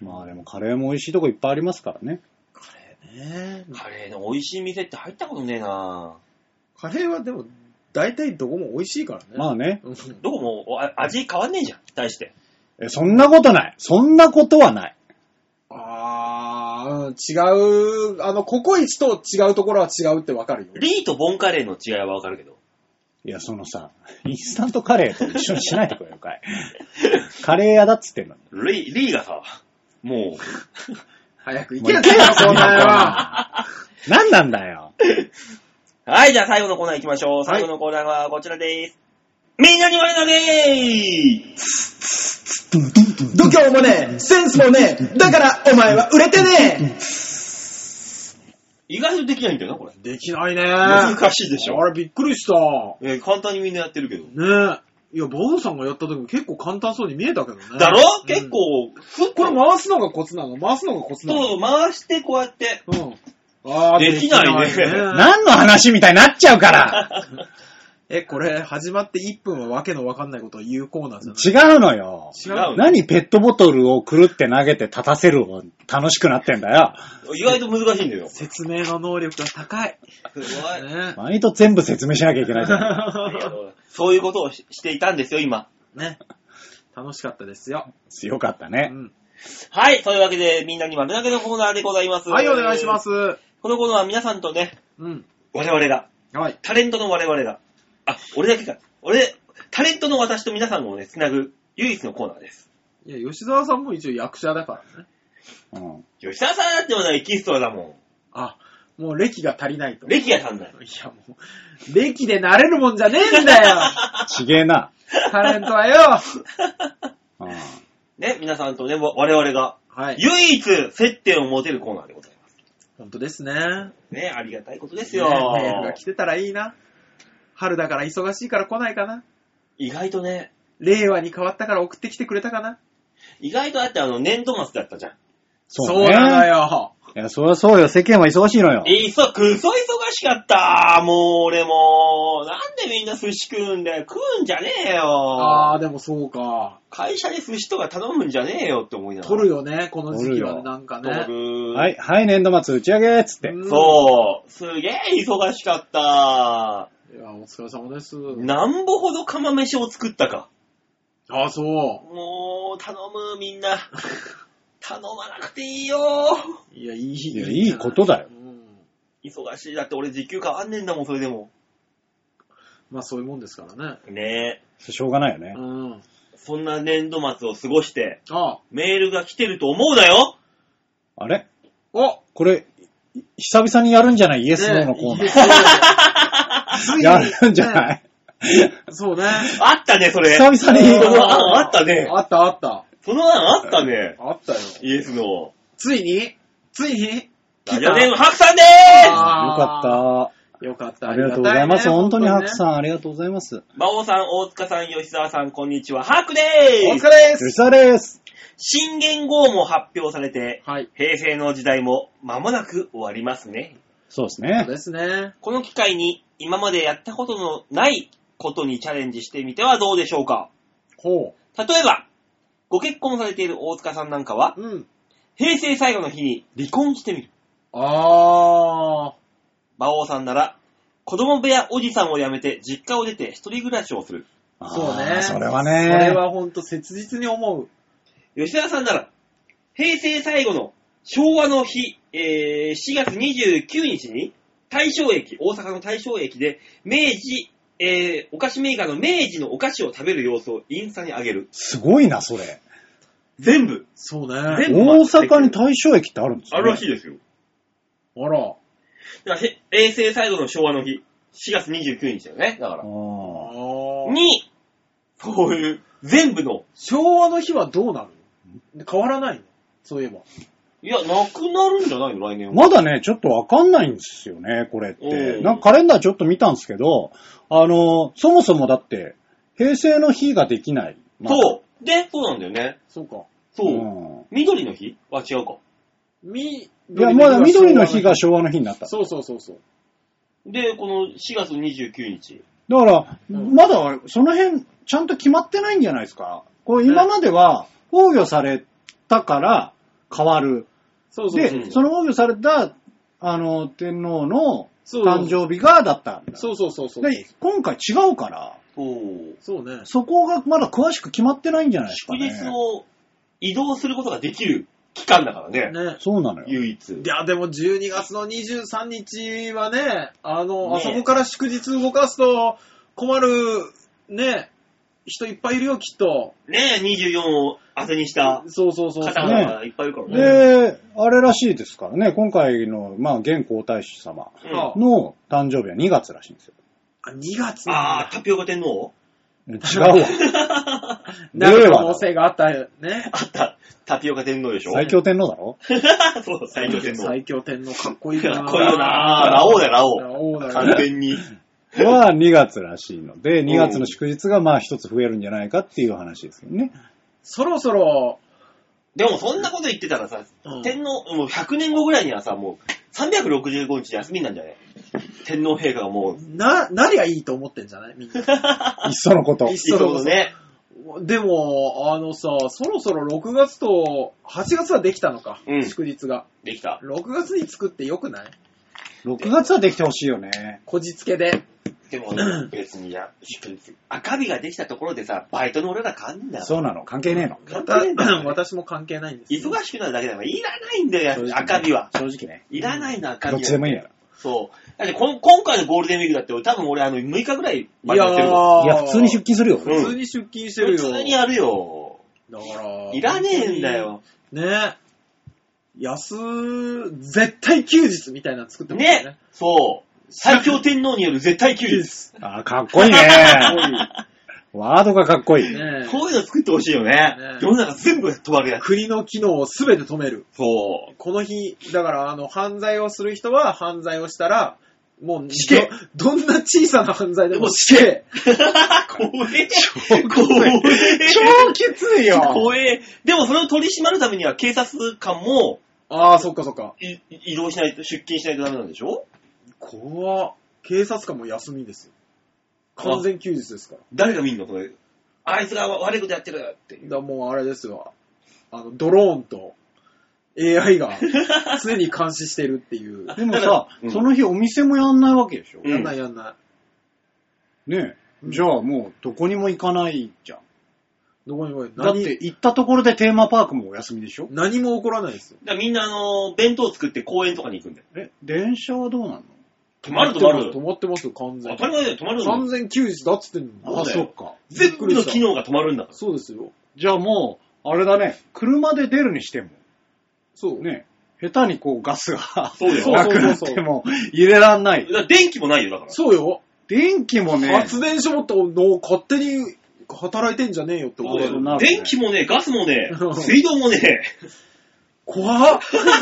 まあでもカレーも美味しいとこいっぱいありますからね。 カレーね。 カレーの美味しい店って入ったことねえな。 カレーはでも、大体どこも美味しいからね。 まあね。 うんどこもあ味変わんねえじゃん、対して。 え、そんなことない。そんなことはない。 あー、うん違う、あの、ココイチと違うところは違うってわかるよ。 リーとボンカレーの違いはわかるけど。 いや、そのさ、インスタントカレーと一緒にしないでくれよ、かい。カレー屋だっつってんのに。 リー、リーがさ、もう、 早く行けよ、そんなよ。 何なんだよ。 はい、じゃあ最後のコーナー行きましょう。最後のコーナーはこちらです。みんなに丸投げー度胸もねえ、センスもねえ、だからお前は売れてね意外とできないんだよな、これ。 え。できないね。 難しいでしょ。 あれびっくりした。 えー簡単にみんなやってるけど。 ねえ。いや、バオさんがやった時も結構簡単そうに見えたけどね。 だろ、 うん結構、ふっこれ回すのがコツなの回すのがコツなのそう、回してこうやって。 うん。あーできないね何の話みたいになっちゃうからえ、これ始まっていっぷんはわけのわかんないことを言うコーナーじゃない違うのよ。 違う違う何ペットボトルをくるって投げて立たせるを楽しくなってんだよ。 意外と難しいんだよ。す説明の能力が高い。 ごい。 ね割と全部説明しなきゃいけないじゃん。 そういうことをししていたんですよ、今。 ね。楽しかったですよ。 強かったね。 うん。 はい、というわけで、みんなに丸投げのコーナーでございます。 はい、お願いします。 このコーナーは皆さんとね、 うん。 我々が、 はい。 タレントの我々が、あ、俺だけか。俺、タレントの私と皆さんをね、つなぐ唯一のコーナーです。 いや、吉沢さんも一応役者だからね。 うん。 吉沢さんだってまだエキストラだもあ、もう歴が足りないと。 ん。歴が足んない。 いや、もう、歴でなれるもんじゃねえんだよ。 ちげえな。 タレントはよ。 うん。 ね、皆さんとね、我々が、 はい。 唯一接点を持てるコーナーでございます。 本当ですね。 ね、ありがたいことですねよ。 メールが来てたらいいな。春だから忙しいから来ないかな。 意外とね、 令和に変わったから送ってきてくれたかな。 意外とだってあの、年度末だったじゃん。 そうね。 なのよ。 いや、そりゃそうよ。世間は忙しいのよ。 いそ、くそ忙しかったもう俺もう、なんでみんな寿司食うんだよ。食うんじゃねえよ。 あー、でもそうか。 会社で寿司とか頼むんじゃねえよって思いながら。 取るよね、この時期はね、 取るよなんかね。 取る。 はい、はい、年度末打ち上げっつって。 うんそう。すげえ忙しかった。 いや、お疲れ様です。 なんぼほど釜飯を作ったか。 あー、そう。 もう、頼むみんな。頼まなくていいよ。 いや、いい。 いやいいことだようん忙しい。だって俺時給変わんねえんだもん、それでも。 まあ、そういうもんですからね。 ねえ。 しょうがないよね。 うん。 そんな年度末を過ごして、 あメールが来てると思うなよ。 あれおこれ、い久々にやるんじゃないイエスノーのコーナー。 ー。 やるんじゃないそうね。 あったね、それ。 久々にその案あったね。 あったあった。 その案あったね。 あったよ。 イエスの。 ついについにラジオネーム、ハクさんでーよかった。よかった。 た。ありがとうございます。 ありがたね本当にハクさん。 ん、ありがとうございます。 す。馬王さん、大塚さん、吉沢さん、こんにちは。ハクでおーす。 疲れです。 吉沢です。 新元号も発表されて、 はい。 平成の時代も間もなく終わりますね。 そうそうですね。 ですね。 この機会に、今までやったことのないことにチャレンジしてみてはどうでしょうか。 ほ例えば、ご結婚されている大塚さんなんかは、 う。うん。 平成最後の日に離婚してみる。 あ馬王さんなら、子供部屋おじさんを辞めて実家を出て一人暮らしをする。 ー。そうね。 あーそれはそね。 れはほんと切実に思う。 吉田さんなら、平成最後の昭和の日、えー、しがつにじゅうくにちに、大正駅、大阪の大正駅で、明治、えー、お菓子メーカーの明治のお菓子を食べる様子をインスタに上げる。 すごいな、それ。 全部。 そうね。 全部大阪に大正駅ってあるんですよ、 あるらしいですよ。 あら。 だからへ平成最後の昭和の日、 しがつにじゅうくにちだよね。だから。 あーに、そういう、全部の。 昭和の日はどうなるの？変わらないの？そういえば。 いや、なくなるんじゃないの来年は。 まだね、ちょっとわかんないんですよね、これっうて。 んなんかカレンダーちょっと見たんですけど、あの、そもそもだって、平成の日ができない。まだそう。で、そうなんだよね。 そうか。 そう。 うん緑の日は違うか。 み、 いや、まだ緑の日が昭和の日になった。 そうそうそうそう。 で、このしがつにじゅうくにち。 だから、 うんまだその辺、ちゃんと決まってないんじゃないですか。これ今までは、崩御されたから変わる。 そうそうそう。 で、その崩御された、あの、天皇のそう誕生日がだったんだ。 そうそうそうそう。 そで、今回違うから、 う。 そうね。 そこがまだ詳しく決まってないんじゃないですか祝ね。 日を移動することができる期間だからね。 ね。 そうなのよ。 唯一。 いや、でもじゅうにがつのにじゅうさんにちはね、あの、 ねあそこから祝日動かすと困る、ね、人いっぱいいるよ、きっと。 ねえ、にじゅうよんを当てにしたそうそうそうそう。 方々がいっぱいいるからね。 で、あれらしいですからね、今回の、まあ、現皇太子様うんの誕生日はにがつらしいんですよ。 あ、にがつあなんあ、タピオカ天皇違うわ。 だ。 令可能和性があったよね。 あった。タピオカ天皇でしょ最強天皇だろそう、最強天皇。 最強天皇かっこいいな。 かっこいいよなラオウだよ、ラオウ。 ラオウだよ完全に。 はにがつらしいので、にがつの祝日がまあ一つ増えるんじゃないかっていう話ですよね。 そろそろ、 でもそんなこと言ってたらさ、 うん天皇、もうひゃくねんごぐらいにはさ、もうさんびゃくろくじゅうごにち休みなんじゃない天皇陛下がもう。 な、なりゃいいと思ってんじゃないみんな。 いっそのこと。 いっいいことね。 でも、あのさ、そろそろろくがつとはちがつはできたのか、 うん祝日が。 できた。 ろくがつに作ってよくない？ ろくがつはできてほしいよね。 こじつけで。 でもね、別にや、赤日ができたところでさ、バイトの俺ら変わんだよ。 そうなの。関係ねえの。 関係ねえんだよ私も関係ないんですよ。 忙しくなるだけだから、いらないんだよ正、直赤日は。 正直ね。 いらないの、赤日は。 どっちでもいいやら。 そう。だってこん今回のゴールデンウィークだって、多分俺あのむいかぐらいいバイトやってるもん。 いや、普通に出勤するよ。 うん普通に出勤してるよ。 普通にやるよ。 だから。 いらねえんだよ。 ね。安、絶対休日みたいなの作ってますよね。 ね。そう。最強天皇による絶対休日。 あー、かっこいいね。ワードがかっこいい。 ねこういうの作ってほしいよね。 ね世の中全部止まるやつ。 国の機能をすべて止める。 そう。 この日、だから、あの、犯罪をする人は犯罪をしたら、もう、 死刑ど、どんな小さな犯罪でももう死刑。 怖え。怖え。 超きついよ。 怖え。でもそれを取り締まるためには警察官もああ、そっかそっか。 い移動しないと、出勤しないとダメなんでしょ？ 怖っ。警察官も休みですよ。完全休日ですから。 誰が見んのこれ。あいつが悪いことやってるっていう。 だからもうあれですよ。あの、ドローンと エーアイ が常に監視してるっていう。 でもさ、 うんその日お店もやんないわけでしょ、 うんやんないやんない。 ねえ。 うんじゃあもうどこにも行かないじゃん。 どこにもだって行ったところでテーマパークもお休みでしょ何も起こらないですよ。 だからみんなあの、弁当作って公園とかに行くんだよ。 え、電車はどうなの止まる止まる。 止まってますよ、完全に。 当たり前だよ、止まるんだよ完全休日だっつってんの。 あ、 そうだよそっか。 全部の機能が止まるんだから。 そうですよ。 じゃあもう、あれだね、車で出るにしても、 そう。 ね、下手にこうガスがそうよなくなっても入れらんない。 だから電気もないよ、だから。 そうよ。 電気もね、 発電所もっての勝手に働いてんじゃねえよって思うよ。 そうだよなるね電気もね、ガスもねう、ん水道もね、 怖っ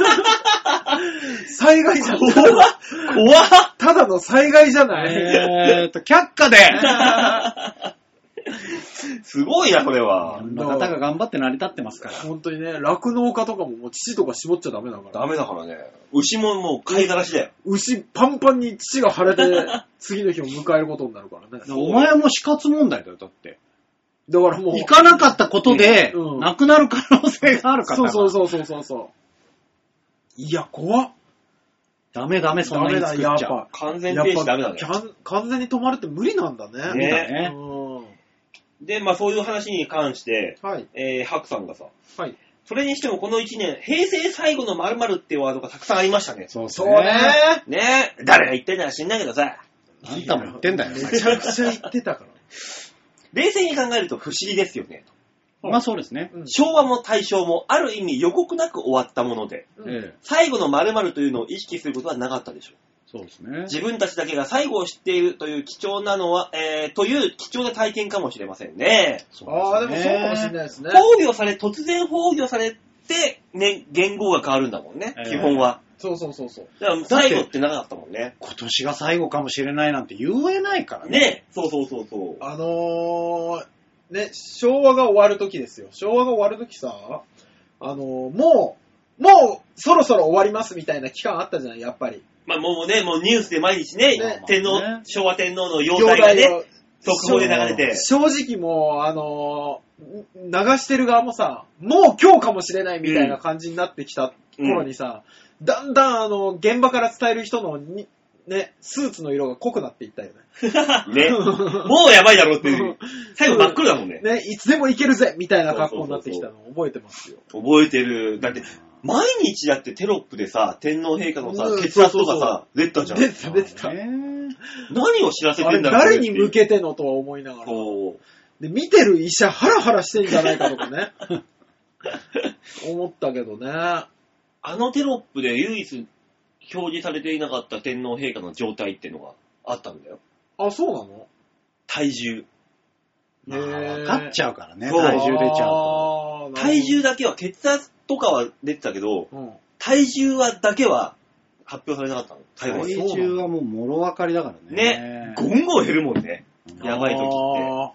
災害じゃん。 怖っ怖っただの災害じゃない。 えーっと、却下で、 すごいな、これは。 の方が頑張って成り立ってますから。 本当にね、酪農家とかももう乳とか絞っちゃダメだから。 ダメだからね。牛ももう飼いざらしだよ。 牛パンパンに乳が腫れて、次の日を迎えることになるからね。 お前も死活問題だよ、だって。 だからもう。 行かなかったことで、 うん亡くなる可能性があるから。 そうそうそうそうそうそう。いや、怖っ。 ダメダメ、そんなに作っちゃう。 ダメだ、やっぱ。 完全停止ダメだねやっぱキャン完全に止まるって無理なんだね。 ねねうん。 で、まあそういう話に関して、 はい。 えー、ハクさんがさ、 はい。 それにしてもこのいちねん、平成最後の〇〇っていうワードがたくさんありましたね。 そうそうね。 ねえ、誰が言ってんのか知んないけどさ、 あんたも言ってんだよ。 めちゃくちゃ言ってたから。 冷静に考えると不思議ですよね。 まあそうですね。 うん昭和も大正もある意味予告なく終わったもので、 うんええ最後の〇〇というのを意識することはなかったでしょそうですね。 自分たちだけが最後を知っているという貴重なのは、えー、という貴重な体験かもしれませんね。 そうですね。ああ、でもそうかもしれないですね。 崩御され、突然崩御されて、ね、言語が変わるんだもんね、えー、基本は。 そうそうそうそう。 だから最後ってなかったもんね。 今年が最後かもしれないなんて言えないからね。 ね、そうそうそうそう。 あのー、ね、昭和が終わるときですよ。昭和が終わるときさ、あのー、もう、もう、そろそろ終わりますみたいな期間あったじゃない、やっぱり。 まあもうね、もうニュースで毎日ね、 ね天皇、 ね、 昭和天皇の容体がね、速報で流れて。 正直もう、あのー、流してる側もさ、もう今日かもしれないみたいな感じになってきた頃にさ、うん、だんだんあの、現場から伝える人のに、ね、スーツの色が濃くなっていったよね。 ね。もうやばいだろうっていう。最後真っ黒だもんね。 ね、いつでもいけるぜみたいな格好になってきたのを覚えてますよ。 覚えてる。だって、毎日だってテロップでさ、天皇陛下のさ、血圧とかさ、出たじゃん。 出てた、出てた。 何を知らせてんだろう。 誰に向けてのとは思いながら。そうで、見てる医者ハラハラしてんじゃないかとかね。思ったけどね。 あのテロップで唯一表示されていなかった天皇陛下の状態っていうのがあったんだよ。 あ、そうなの？ 体重。 まあ、分かっちゃうからね、体重出ちゃうと。 体重だけは、血圧とかは出てたけど、うん、体重はだけは発表されなかったの。 体重はもうもろ分かりだからね。 ね。ゴンゴン減るもんね。やばい時って。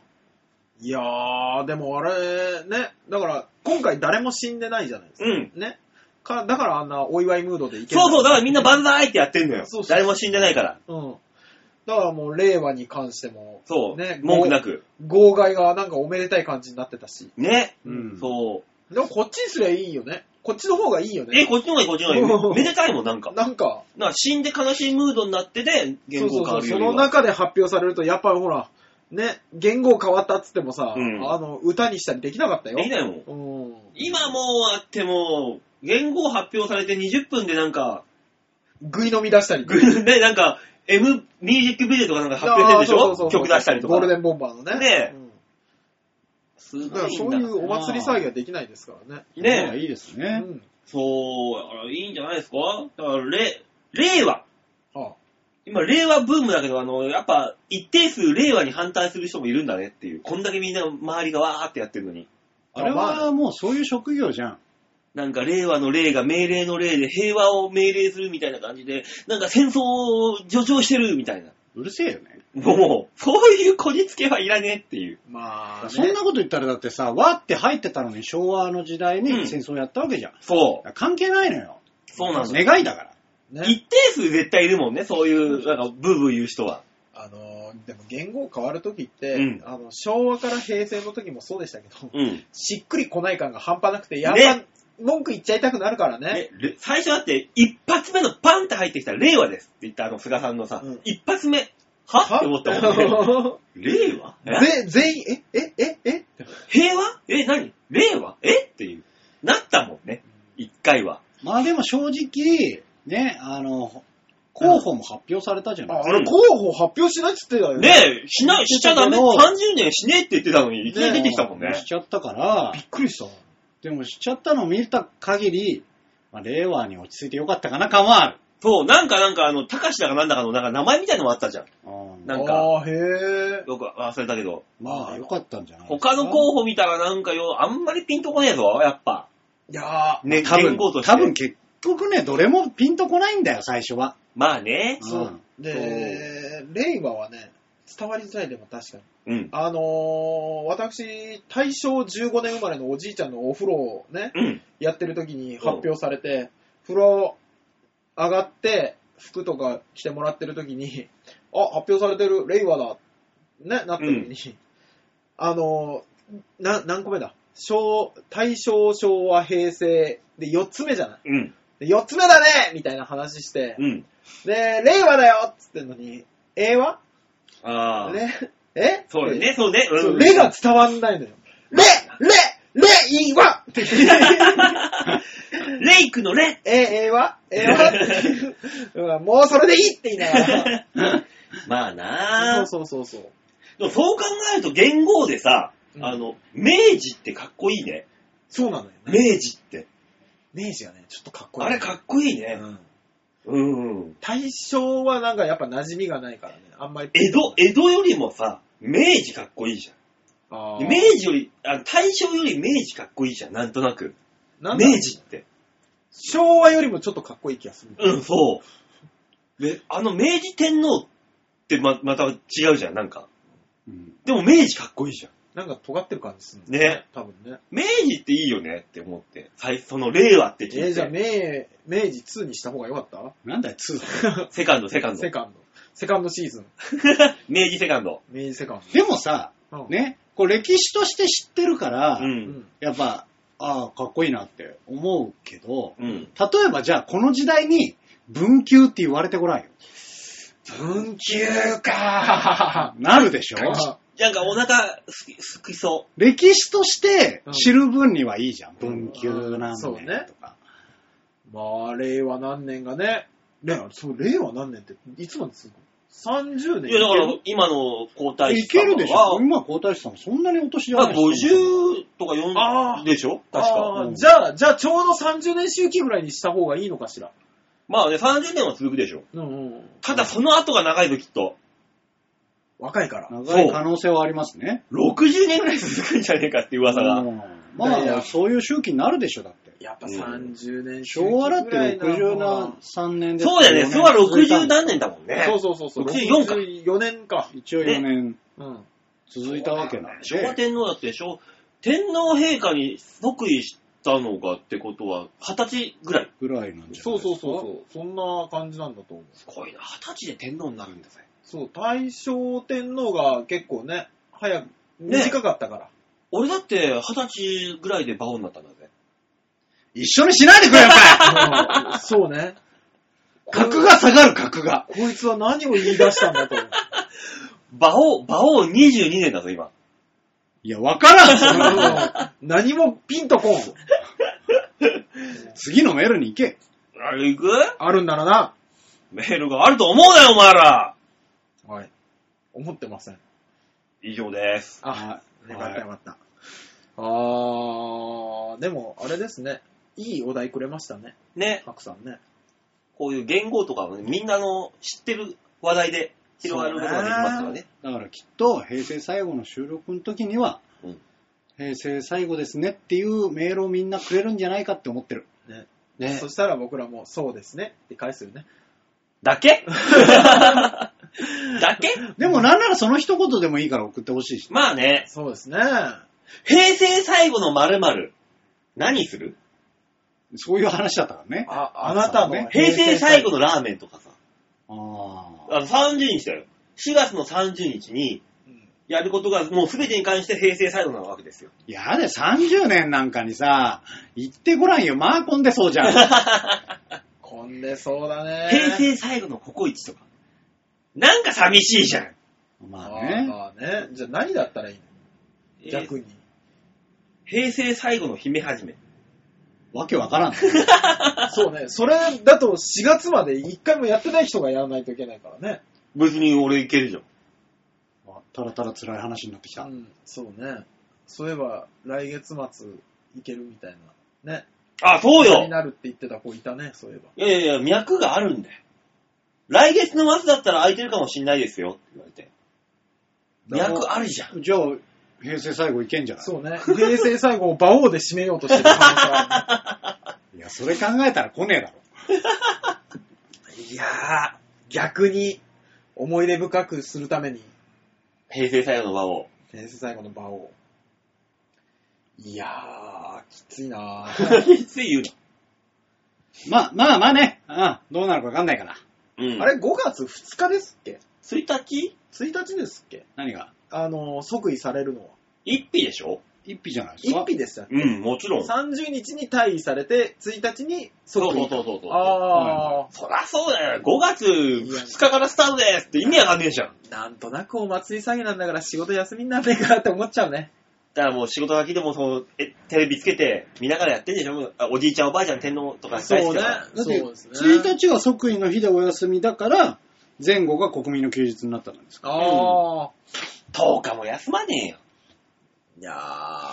いやー、でもあれ、ね、だから今回誰も死んでないじゃないですか。うん。ね。かだからあんなお祝いムードでいける。 そうそう、だからみんな万歳ってやってんのよ。そうそうそう誰も死んでないから。 うん。だからもう令和に関しても、 そう、ね、文句なく。 号外がなんかおめでたい感じになってたし。 ね。うん。そう。 でもこっちにすりゃいいよね。こっちの方がいいよね。 え、こっちの方がいい、こっちの方がいい。めでたいもん、なんか。 なんか。 なんか死んで悲しいムードになってて、言語変わるよりは。そうそうそう。 その中で発表されると、やっぱりほら、ね、言語変わったっつってもさ、うん、あの、歌にしたりできなかったよ。 できないもん。うん、今もうあっても、言語発表されてにじゅっぷんでなんか、 ぐい飲み出したり。 ぐいね、なんか、M、ミュージックビデオとかなんか発表してるでしょ？そうそうそうそう曲出したりとか。 ゴールデンボンバーのね。 ね、うん、 すごいんだからそういうお祭り騒ぎはできないですからね。 ねいいですね。うん、 そう、いいんじゃないですか？だから、れ、令和。はあ、今、令和ブームだけど、あの、やっぱ、一定数令和に反対する人もいるんだねっていう。こんだけみんな周りがわーってやってるのに。 あれはもうそういう職業じゃん。 なんか、令和の令が命令の令で平和を命令するみたいな感じで、なんか戦争を助長してるみたいな。 うるせえよね。 もう、そういうこじつけはいらねえっていう。 まあ、ね、 そんなこと言ったらだってさ、わって入ってたのに昭和の時代に戦争やったわけじゃん。うん、 そう。 関係ないのよ。 そうなんだ。願いだから。 ね、一定数絶対いるもんね、そういう、なんか、ブーブー言う人は。 あの、でも言語変わるときって、うん、あの、昭和から平成の時もそうでしたけど、うん、しっくりこない感が半端なくて、やっぱ、ね、文句言っちゃいたくなるからね。 ね最初だって、一発目のパンって入ってきたら、令和ですって言ったあの、菅さんのさ、うん、一発目、はって思ったもんね。令和ぜ、全員、え、え、え、え平和え、何令和えっていう。なったもんね。一回は。 まあでも正直、ね、あの、候補も発表されたじゃない、 うん、あれ、候補発表しないっつってたよね。 ねえ、しない、しちゃダメ。さんじゅうねんしねえって言ってたのに、いきなり出てきたもんね。 ねしちゃったから、 びっくりした。 でもしちゃったのを見た限り、まあ、令和に落ち着いてよかったかな感はある。 そう、なんかなんかあの、高志だかなんだかのなんか名前みたいのもあったじゃん。なんか。 ああ、へえ。 よく忘れたけど。 まあ、よかったんじゃない他の候補見たらなんかよ、あんまりピンとこねえぞ、やっぱ。 いやー、ね、 多分、多分結局ね、どれもピンとこないんだよ、最初は。 まあね。 そう。で、令和はね、伝わりづらいでも確かに。 うん。 あのー、私、大正じゅうごねん生まれのおじいちゃんのお風呂をね、うん、やってる時に発表されて、風呂上がって、服とか着てもらってる時に、あ、発表されてる、令和だ、ね、なった時に、うん、あのー、な、何個目だ昭、大正、昭和、平成、で、よっつめじゃない、 うん、 でよっつめだねみたいな話して、 うん、 で、令和だよっつってんのに、令和ああ。 ね、えそうよね、そうね。 うん、そう、レが伝わんないのよ。レレレイワってレイクのレえ、えわえわもうそれでいいって言いながら。 まあなぁ。 そうそうそうそう。 でもそう考えると元号でさ、うん、あの、明治ってかっこいいね。 そうなのよね。 明治って。 明治がね、ちょっとかっこいい、 ね。あれかっこいいね。うん、 うん。 大正はなんかやっぱ馴染みがないからね。あんまり。 江戸、江戸よりもさ、明治かっこいいじゃん。 あ明治より、あ大正より明治かっこいいじゃん、なんとなく。 なん明治って。 昭和よりもちょっとかっこいい気がする。 うん、そう。で、あの明治天皇ってま、また違うじゃん、なんか。うん、でも明治かっこいいじゃん。 なんか尖ってる感じするね。ね。 多分ね。 明治っていいよねって思って。その令和って聞いて。 えー、じゃあ明、明治ツーにした方がよかった？ なんだよ、ツー。 セカンド、セカンド。 セカンド。セカンドシーズン。 明治セカンド。 明治セカンド。 でもさ、うん、ね、こう歴史として知ってるから、 うん、 やっぱ、ああ、かっこいいなって思うけど、 うん、 例えばじゃあこの時代に文久って言われてごらんよ。 文久かなるでしょ？ なんかお腹すき、すきそう。 歴史として知る分にはいいじゃん。うん、文久何年とか。 そうね。まあ、令和何年がね。ね、そう、令和何年っていつまでするの？さんじゅうねん。 いや、だから今の皇太子さんは。 いけるでしょ。今皇太子さんそんなにお年じゃないでしょ。 ごじゅうとかよんじゅうでしょ確か。 うん、じゃあ、じゃあちょうどさんじゅうねん周期ぐらいにした方がいいのかしら。 まあね、さんじゅうねんは続くでしょ。 うんうん、 ただその後が長いときっと。 若いから。 長い可能性はありますね。 ろくじゅうねんぐらい続くんじゃねえかっていう噂が。 まあ、そういう周期になるでしょ、だって。 やっぱさんじゅうねん周期。昭和だってろくじゅうさんねんで。 そうだよね、それはろくじゅう何年だもんね。 そうそうそうそう。 ろくじゅうよんか。 よねんか。 一応よねん、 ね、うん、 続いたわけなんで。 昭和天皇だって昭、天皇陛下に即位したのがってことは、二十歳ぐらい。 ぐらいなんじゃないですか。 そうそうそうそう。そんな感じなんだと思う。 すごいな。二十歳で天皇になるんだぜ。 そう、大正天皇が結構ね、早く、短かったから。ね、 俺だって二十歳ぐらいで馬王になったんだぜ。 一緒にしないでくれよ、お前そうね。 格が下がる、格が。 こいつは何を言い出したんだと。 馬王、馬王にじゅうにねんだぞ、今。 いや、わからん、そんなの。 何もピンとこん。 次のメールに行け。 あれ行く？ あるんだろな。 メールがあると思うなよ、お前ら。 はい。思ってません。 以上です。 あ、よかったよかった。あー、でも、あれですね。いいお題くれましたね。 ね。 たくさんね。 こういう言語とかもね、みんなの知ってる話題で広がることができますからね。 だからきっと、平成最後の収録の時には、うん、平成最後ですねっていうメールをみんなくれるんじゃないかって思ってる。 ね。ね。そしたら僕らも、そうですねって返すよね。 だけだけでもなんならその一言でもいいから送ってほしいし。 まあね。 そうですね。 平成最後の〇〇。何する？ そういう話だったからね。 あ、あなたの、ね、 平成最後のラーメンとかさ。 ああのさんじゅうにちだよ。しがつのさんじゅうにちにやることがもう全てに関して平成最後なわけですよ。 いやでさんじゅうねんなんかにさ、言ってごらんよ。マーコンでそうじゃん。 混んでそうだね。 平成最後のココイチとか。なんか寂しいじゃん。 まあね。 まあね。じゃあ何だったらいいの？逆に。 平成最後の姫始め。 わけわからん。 そうね。それだとしがつまで一回もやってない人がやらないといけないからね。 別に俺いけるじゃん。 あ、たらたら辛い話になってきた。 うん、そうね。そういえば来月末いけるみたいな。ね。 あ、そうよ。 になるって言ってた子いたね、そういえば。 いやいやいや、脈があるんだよ。来月の末だったら空いてるかもしんないですよって言われて。脈あるじゃん。 じゃあ、平成最後いけんじゃない？ そうね。平成最後を馬王で締めようとしてる可能性ある。いや、それ考えたら来ねえだろ。 いやー、逆に思い出深くするために。 平成最後の馬王。 平成最後の馬王。いやー、きついなー。きつい言うの。 まあまあまあね。ああ、どうなるかわかんないから。 うん。あれ、ごがつふつかですっけ？ ついたち？ ついたちですっけ？ 何が？ あの、即位されるのは。 一日でしょ？ 一日じゃないですか。 一日でしたっけ？ うん、もちろん。 さんじゅうにちに退位されて、ついたちに即位。 そうそうそうそう。 ああ、 うん。そりゃそうだよ。ごがつふつかからスタートですって意味わかんねえじゃん。 なんとなくお祭り詐欺なんだから仕事休みになんねえかなって思っちゃうね。 だからもう仕事が来てもそのえテレビつけて見ながらやってんでしょ。おじいちゃんおばあちゃん天皇とか大好きだから。 そうね。 だってついたちが即位の日でお休みだから、前後が国民の休日になったんですか。 ああ、 うん。とおかも休まねえよ。 いやー、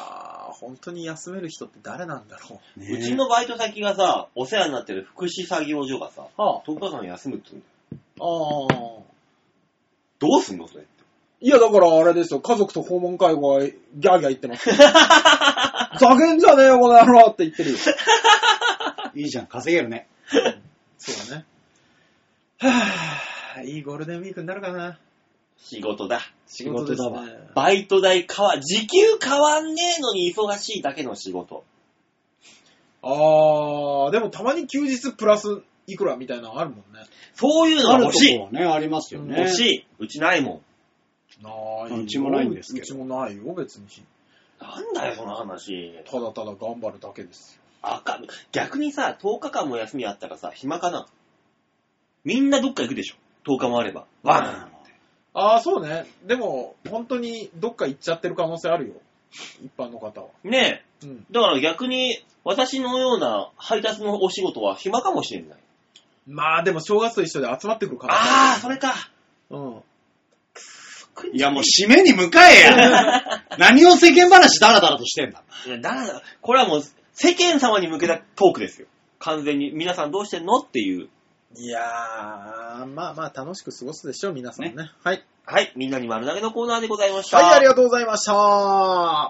本当に休める人って誰なんだろう。ね、うちのバイト先がさ、お世話になってる福祉作業所がさ、はあ、とおかかん休むって言うんだよ。ああ。どうすんのそれって。 いや、だからあれですよ、家族と訪問介護はギャーギャー言ってます。ざけんじゃねえよ、この野郎って言ってるよ。 いいじゃん、稼げるね。 そうだね。はぁ、いいゴールデンウィークになるかな。 仕事だ。 仕事ですね。 バイト代変わ、時給変わんねえのに忙しいだけの仕事。 あー、でもたまに休日プラスいくらみたいなのあるもんね。 そういうのが欲しい。 あるとこはね、ありますよね。 欲しい。うちないもん。ない。 うちもないんですけど。 うちもないよ、別に。 なんだよ、その話。 ただただ頑張るだけですよ。 あかん。逆にさ、とおかかんも休みあったらさ、暇かな。みんなどっか行くでしょ。とおかもあれば。わーん。 ああ、そうね。でも、本当にどっか行っちゃってる可能性あるよ。一般の方は。 ねえ。うん、だから逆に、私のような配達のお仕事は暇かもしれない。 まあでも正月と一緒で集まってくるから。 ああ、それか。 うん。 いやもう締めに向かえや。何を世間話ダラダラとしてんだ。 いや、だらだら、これはもう世間様に向けたトークですよ。完全に。皆さんどうしてんのっていう。 いやー、まあまあ楽しく過ごすでしょう、皆さんね。ね、はい。 はい。みんなに丸投げのコーナーでございました。 はい、ありがとうございました。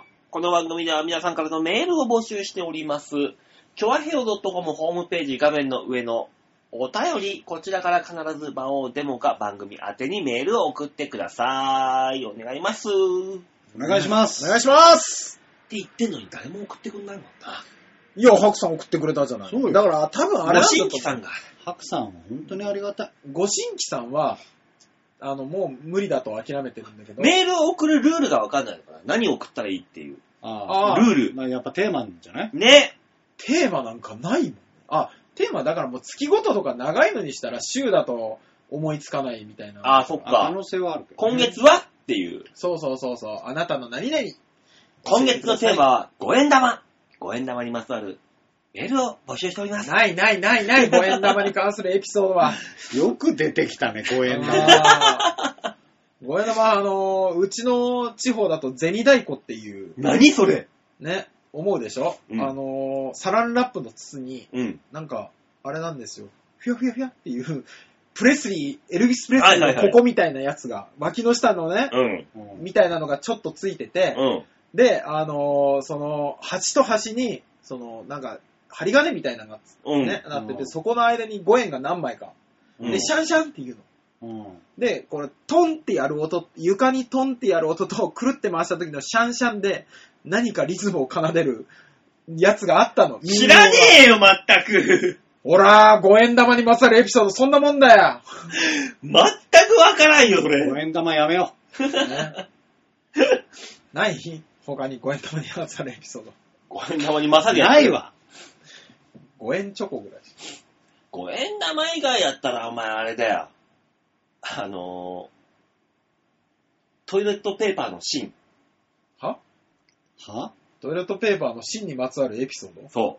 この番組では皆さんからのメールを募集しております。キョアヘオ .com ホームページ画面の上のお便り、こちらから必ず場をデモか番組宛てにメールを送ってください。お願いします。お願いします。 お願いしますって言ってんのに誰も送ってくんないもんな。 いや、ハクさん送ってくれたじゃない。そうよ。だから多分あれなんだと思う。 ご新規さんが。 ハクさんは本当にありがたい。 ご新規さんは、あの、もう無理だと諦めてるんだけど。 メールを送るルールがわかんないのかな。何を送ったらいいっていう。 ああ。 ルール。 まあ、やっぱテーマじゃないね。 テーマなんかないもん。あ、テーマだからもう月ごととか長いのにしたら週だと思いつかないみたいな。 ああ、そっか。 可能性はあるけど、 ね。今月はっていう。 そうそうそうそう。あなたの何々。 今月のテーマはごえん玉。ごえん玉にまつわるメールを募集しております。 ないないないない。ごえん玉に関するエピソードは。 よく出てきたね、ごえん玉。 ごえん玉、あのー、うちの地方だと銭太鼓っていう。 何それね、思うでしょ、うん、あのー、サランラップの筒に、うん、なんか、あれなんですよ。ふやふやふやっていう、プレスリー、エルビス・プレスリーのここみたいなやつが、脇の下のね、うん、みたいなのがちょっとついてて、うん、で、あのー、その、端と端に、その、なんか、針金みたいなのが、ね、うん、なってて、そこの間にごえんが何枚か。で、シャンシャンっていうの。うん、で、これ、トンってやる音、床にトンってやる音と、くるって回した時のシャンシャンで、何かリズムを奏でるやつがあったの。 知らねえよ、まったく。 ほらー、ごえん玉にまつわるエピソード、そんなもんだよ。 まったくわからんよ、それ。 ごえん玉やめよう。 ね、ない他にごえん玉にまつわるエピソード。 ごえん玉にまつわるやつないわ。 ごえんチョコぐらい。 ごえん玉以外やったら、お前あれだよ。あのー、トイレットペーパーの芯。 ははトイレットペーパーの芯にまつわるエピソード？ そう。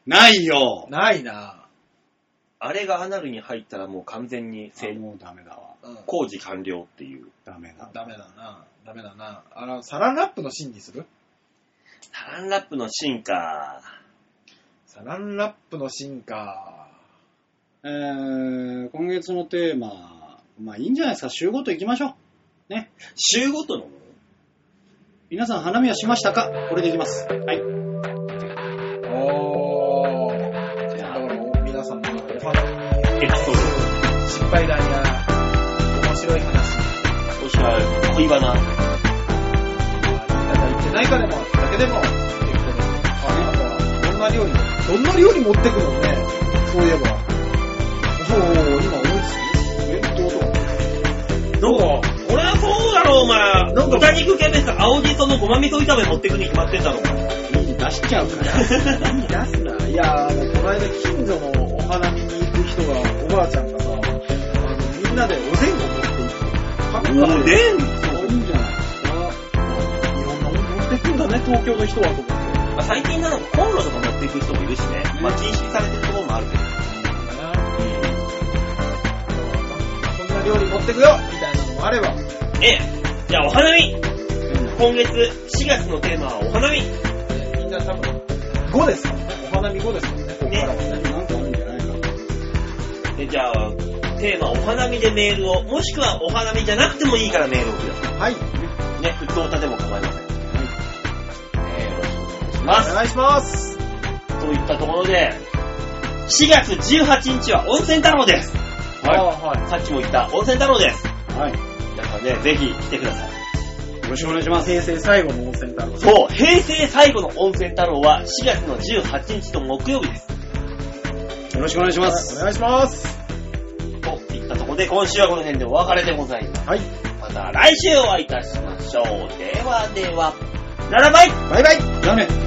ないよ。 ないな。 あれがアナルに入ったらもう完全にせもうダメだわ。 うん、工事完了っていう。 ダメだ。 ダメだな。ダメだな。あの、サランラップの芯にする？ サランラップの芯か。 サランラップの芯か。 えー、今月のテーマ、まあいいんじゃないですか。週ごと行きましょう。ね。 週ごとの皆さん花見はしましたか？これでいきます。はい。 おー。じゃあ、だから皆さんのお花見エピソード、 失敗談や面白い話、 面白い恋バナ、 なんか言ってないかでもだけでもっていうことで、あとはどんな料理、どんな料理持ってくのね。そういえば。おー、今思いつく。え、どうぞ。 どう？俺はそうだろう、お前。なんか豚肉キャベツ、青じそのごま味噌炒め持ってくに決まってんだろ、お前。 いい出しちゃうから。 いい出すな。いやー、この間近所のお花見に行く人が、おばあちゃんがさ、あの、みんなでおでんを持っていく。 おでん？ そう、いいんじゃないですか。いろんなもの持ってくんだね、東京の人はと思って。 まあ、最近なのコンロとか持っていく人もいるしね。うん、まあ、禁止されてるところもあるけど。 こんな料理持ってくよみたいなのもあれば。 ええ。じゃあお花見。 今月しがつのテーマはお花見。 みんな多分ごですか？お花見ごですもんね。ここからはね。 なんかあるんじゃないか。 で、じゃあ、テーマお花見でメールを、もしくはお花見じゃなくてもいいからメールをください。 はい。 ね、普通歌でも構いません。はい。えー、よろしくお願いします。 お願いします。 といったところで、しがつじゅうはちにちは温泉太郎です。 はい。はい。 さっきも言った温泉太郎です。 はい。 皆さんね、ぜひ来てください。 よろしくお願いします。 平成最後の温泉太郎。 そう、平成最後の温泉太郎はしがつのじゅうはちにちと木曜日です。 よろしくお願いします。 お願いします。 といったところで、今週はこの辺でお別れでございます。 はい。 また来週お会いいたしましょう。ではでは、ならばい。 バイバイ。 じゃあね。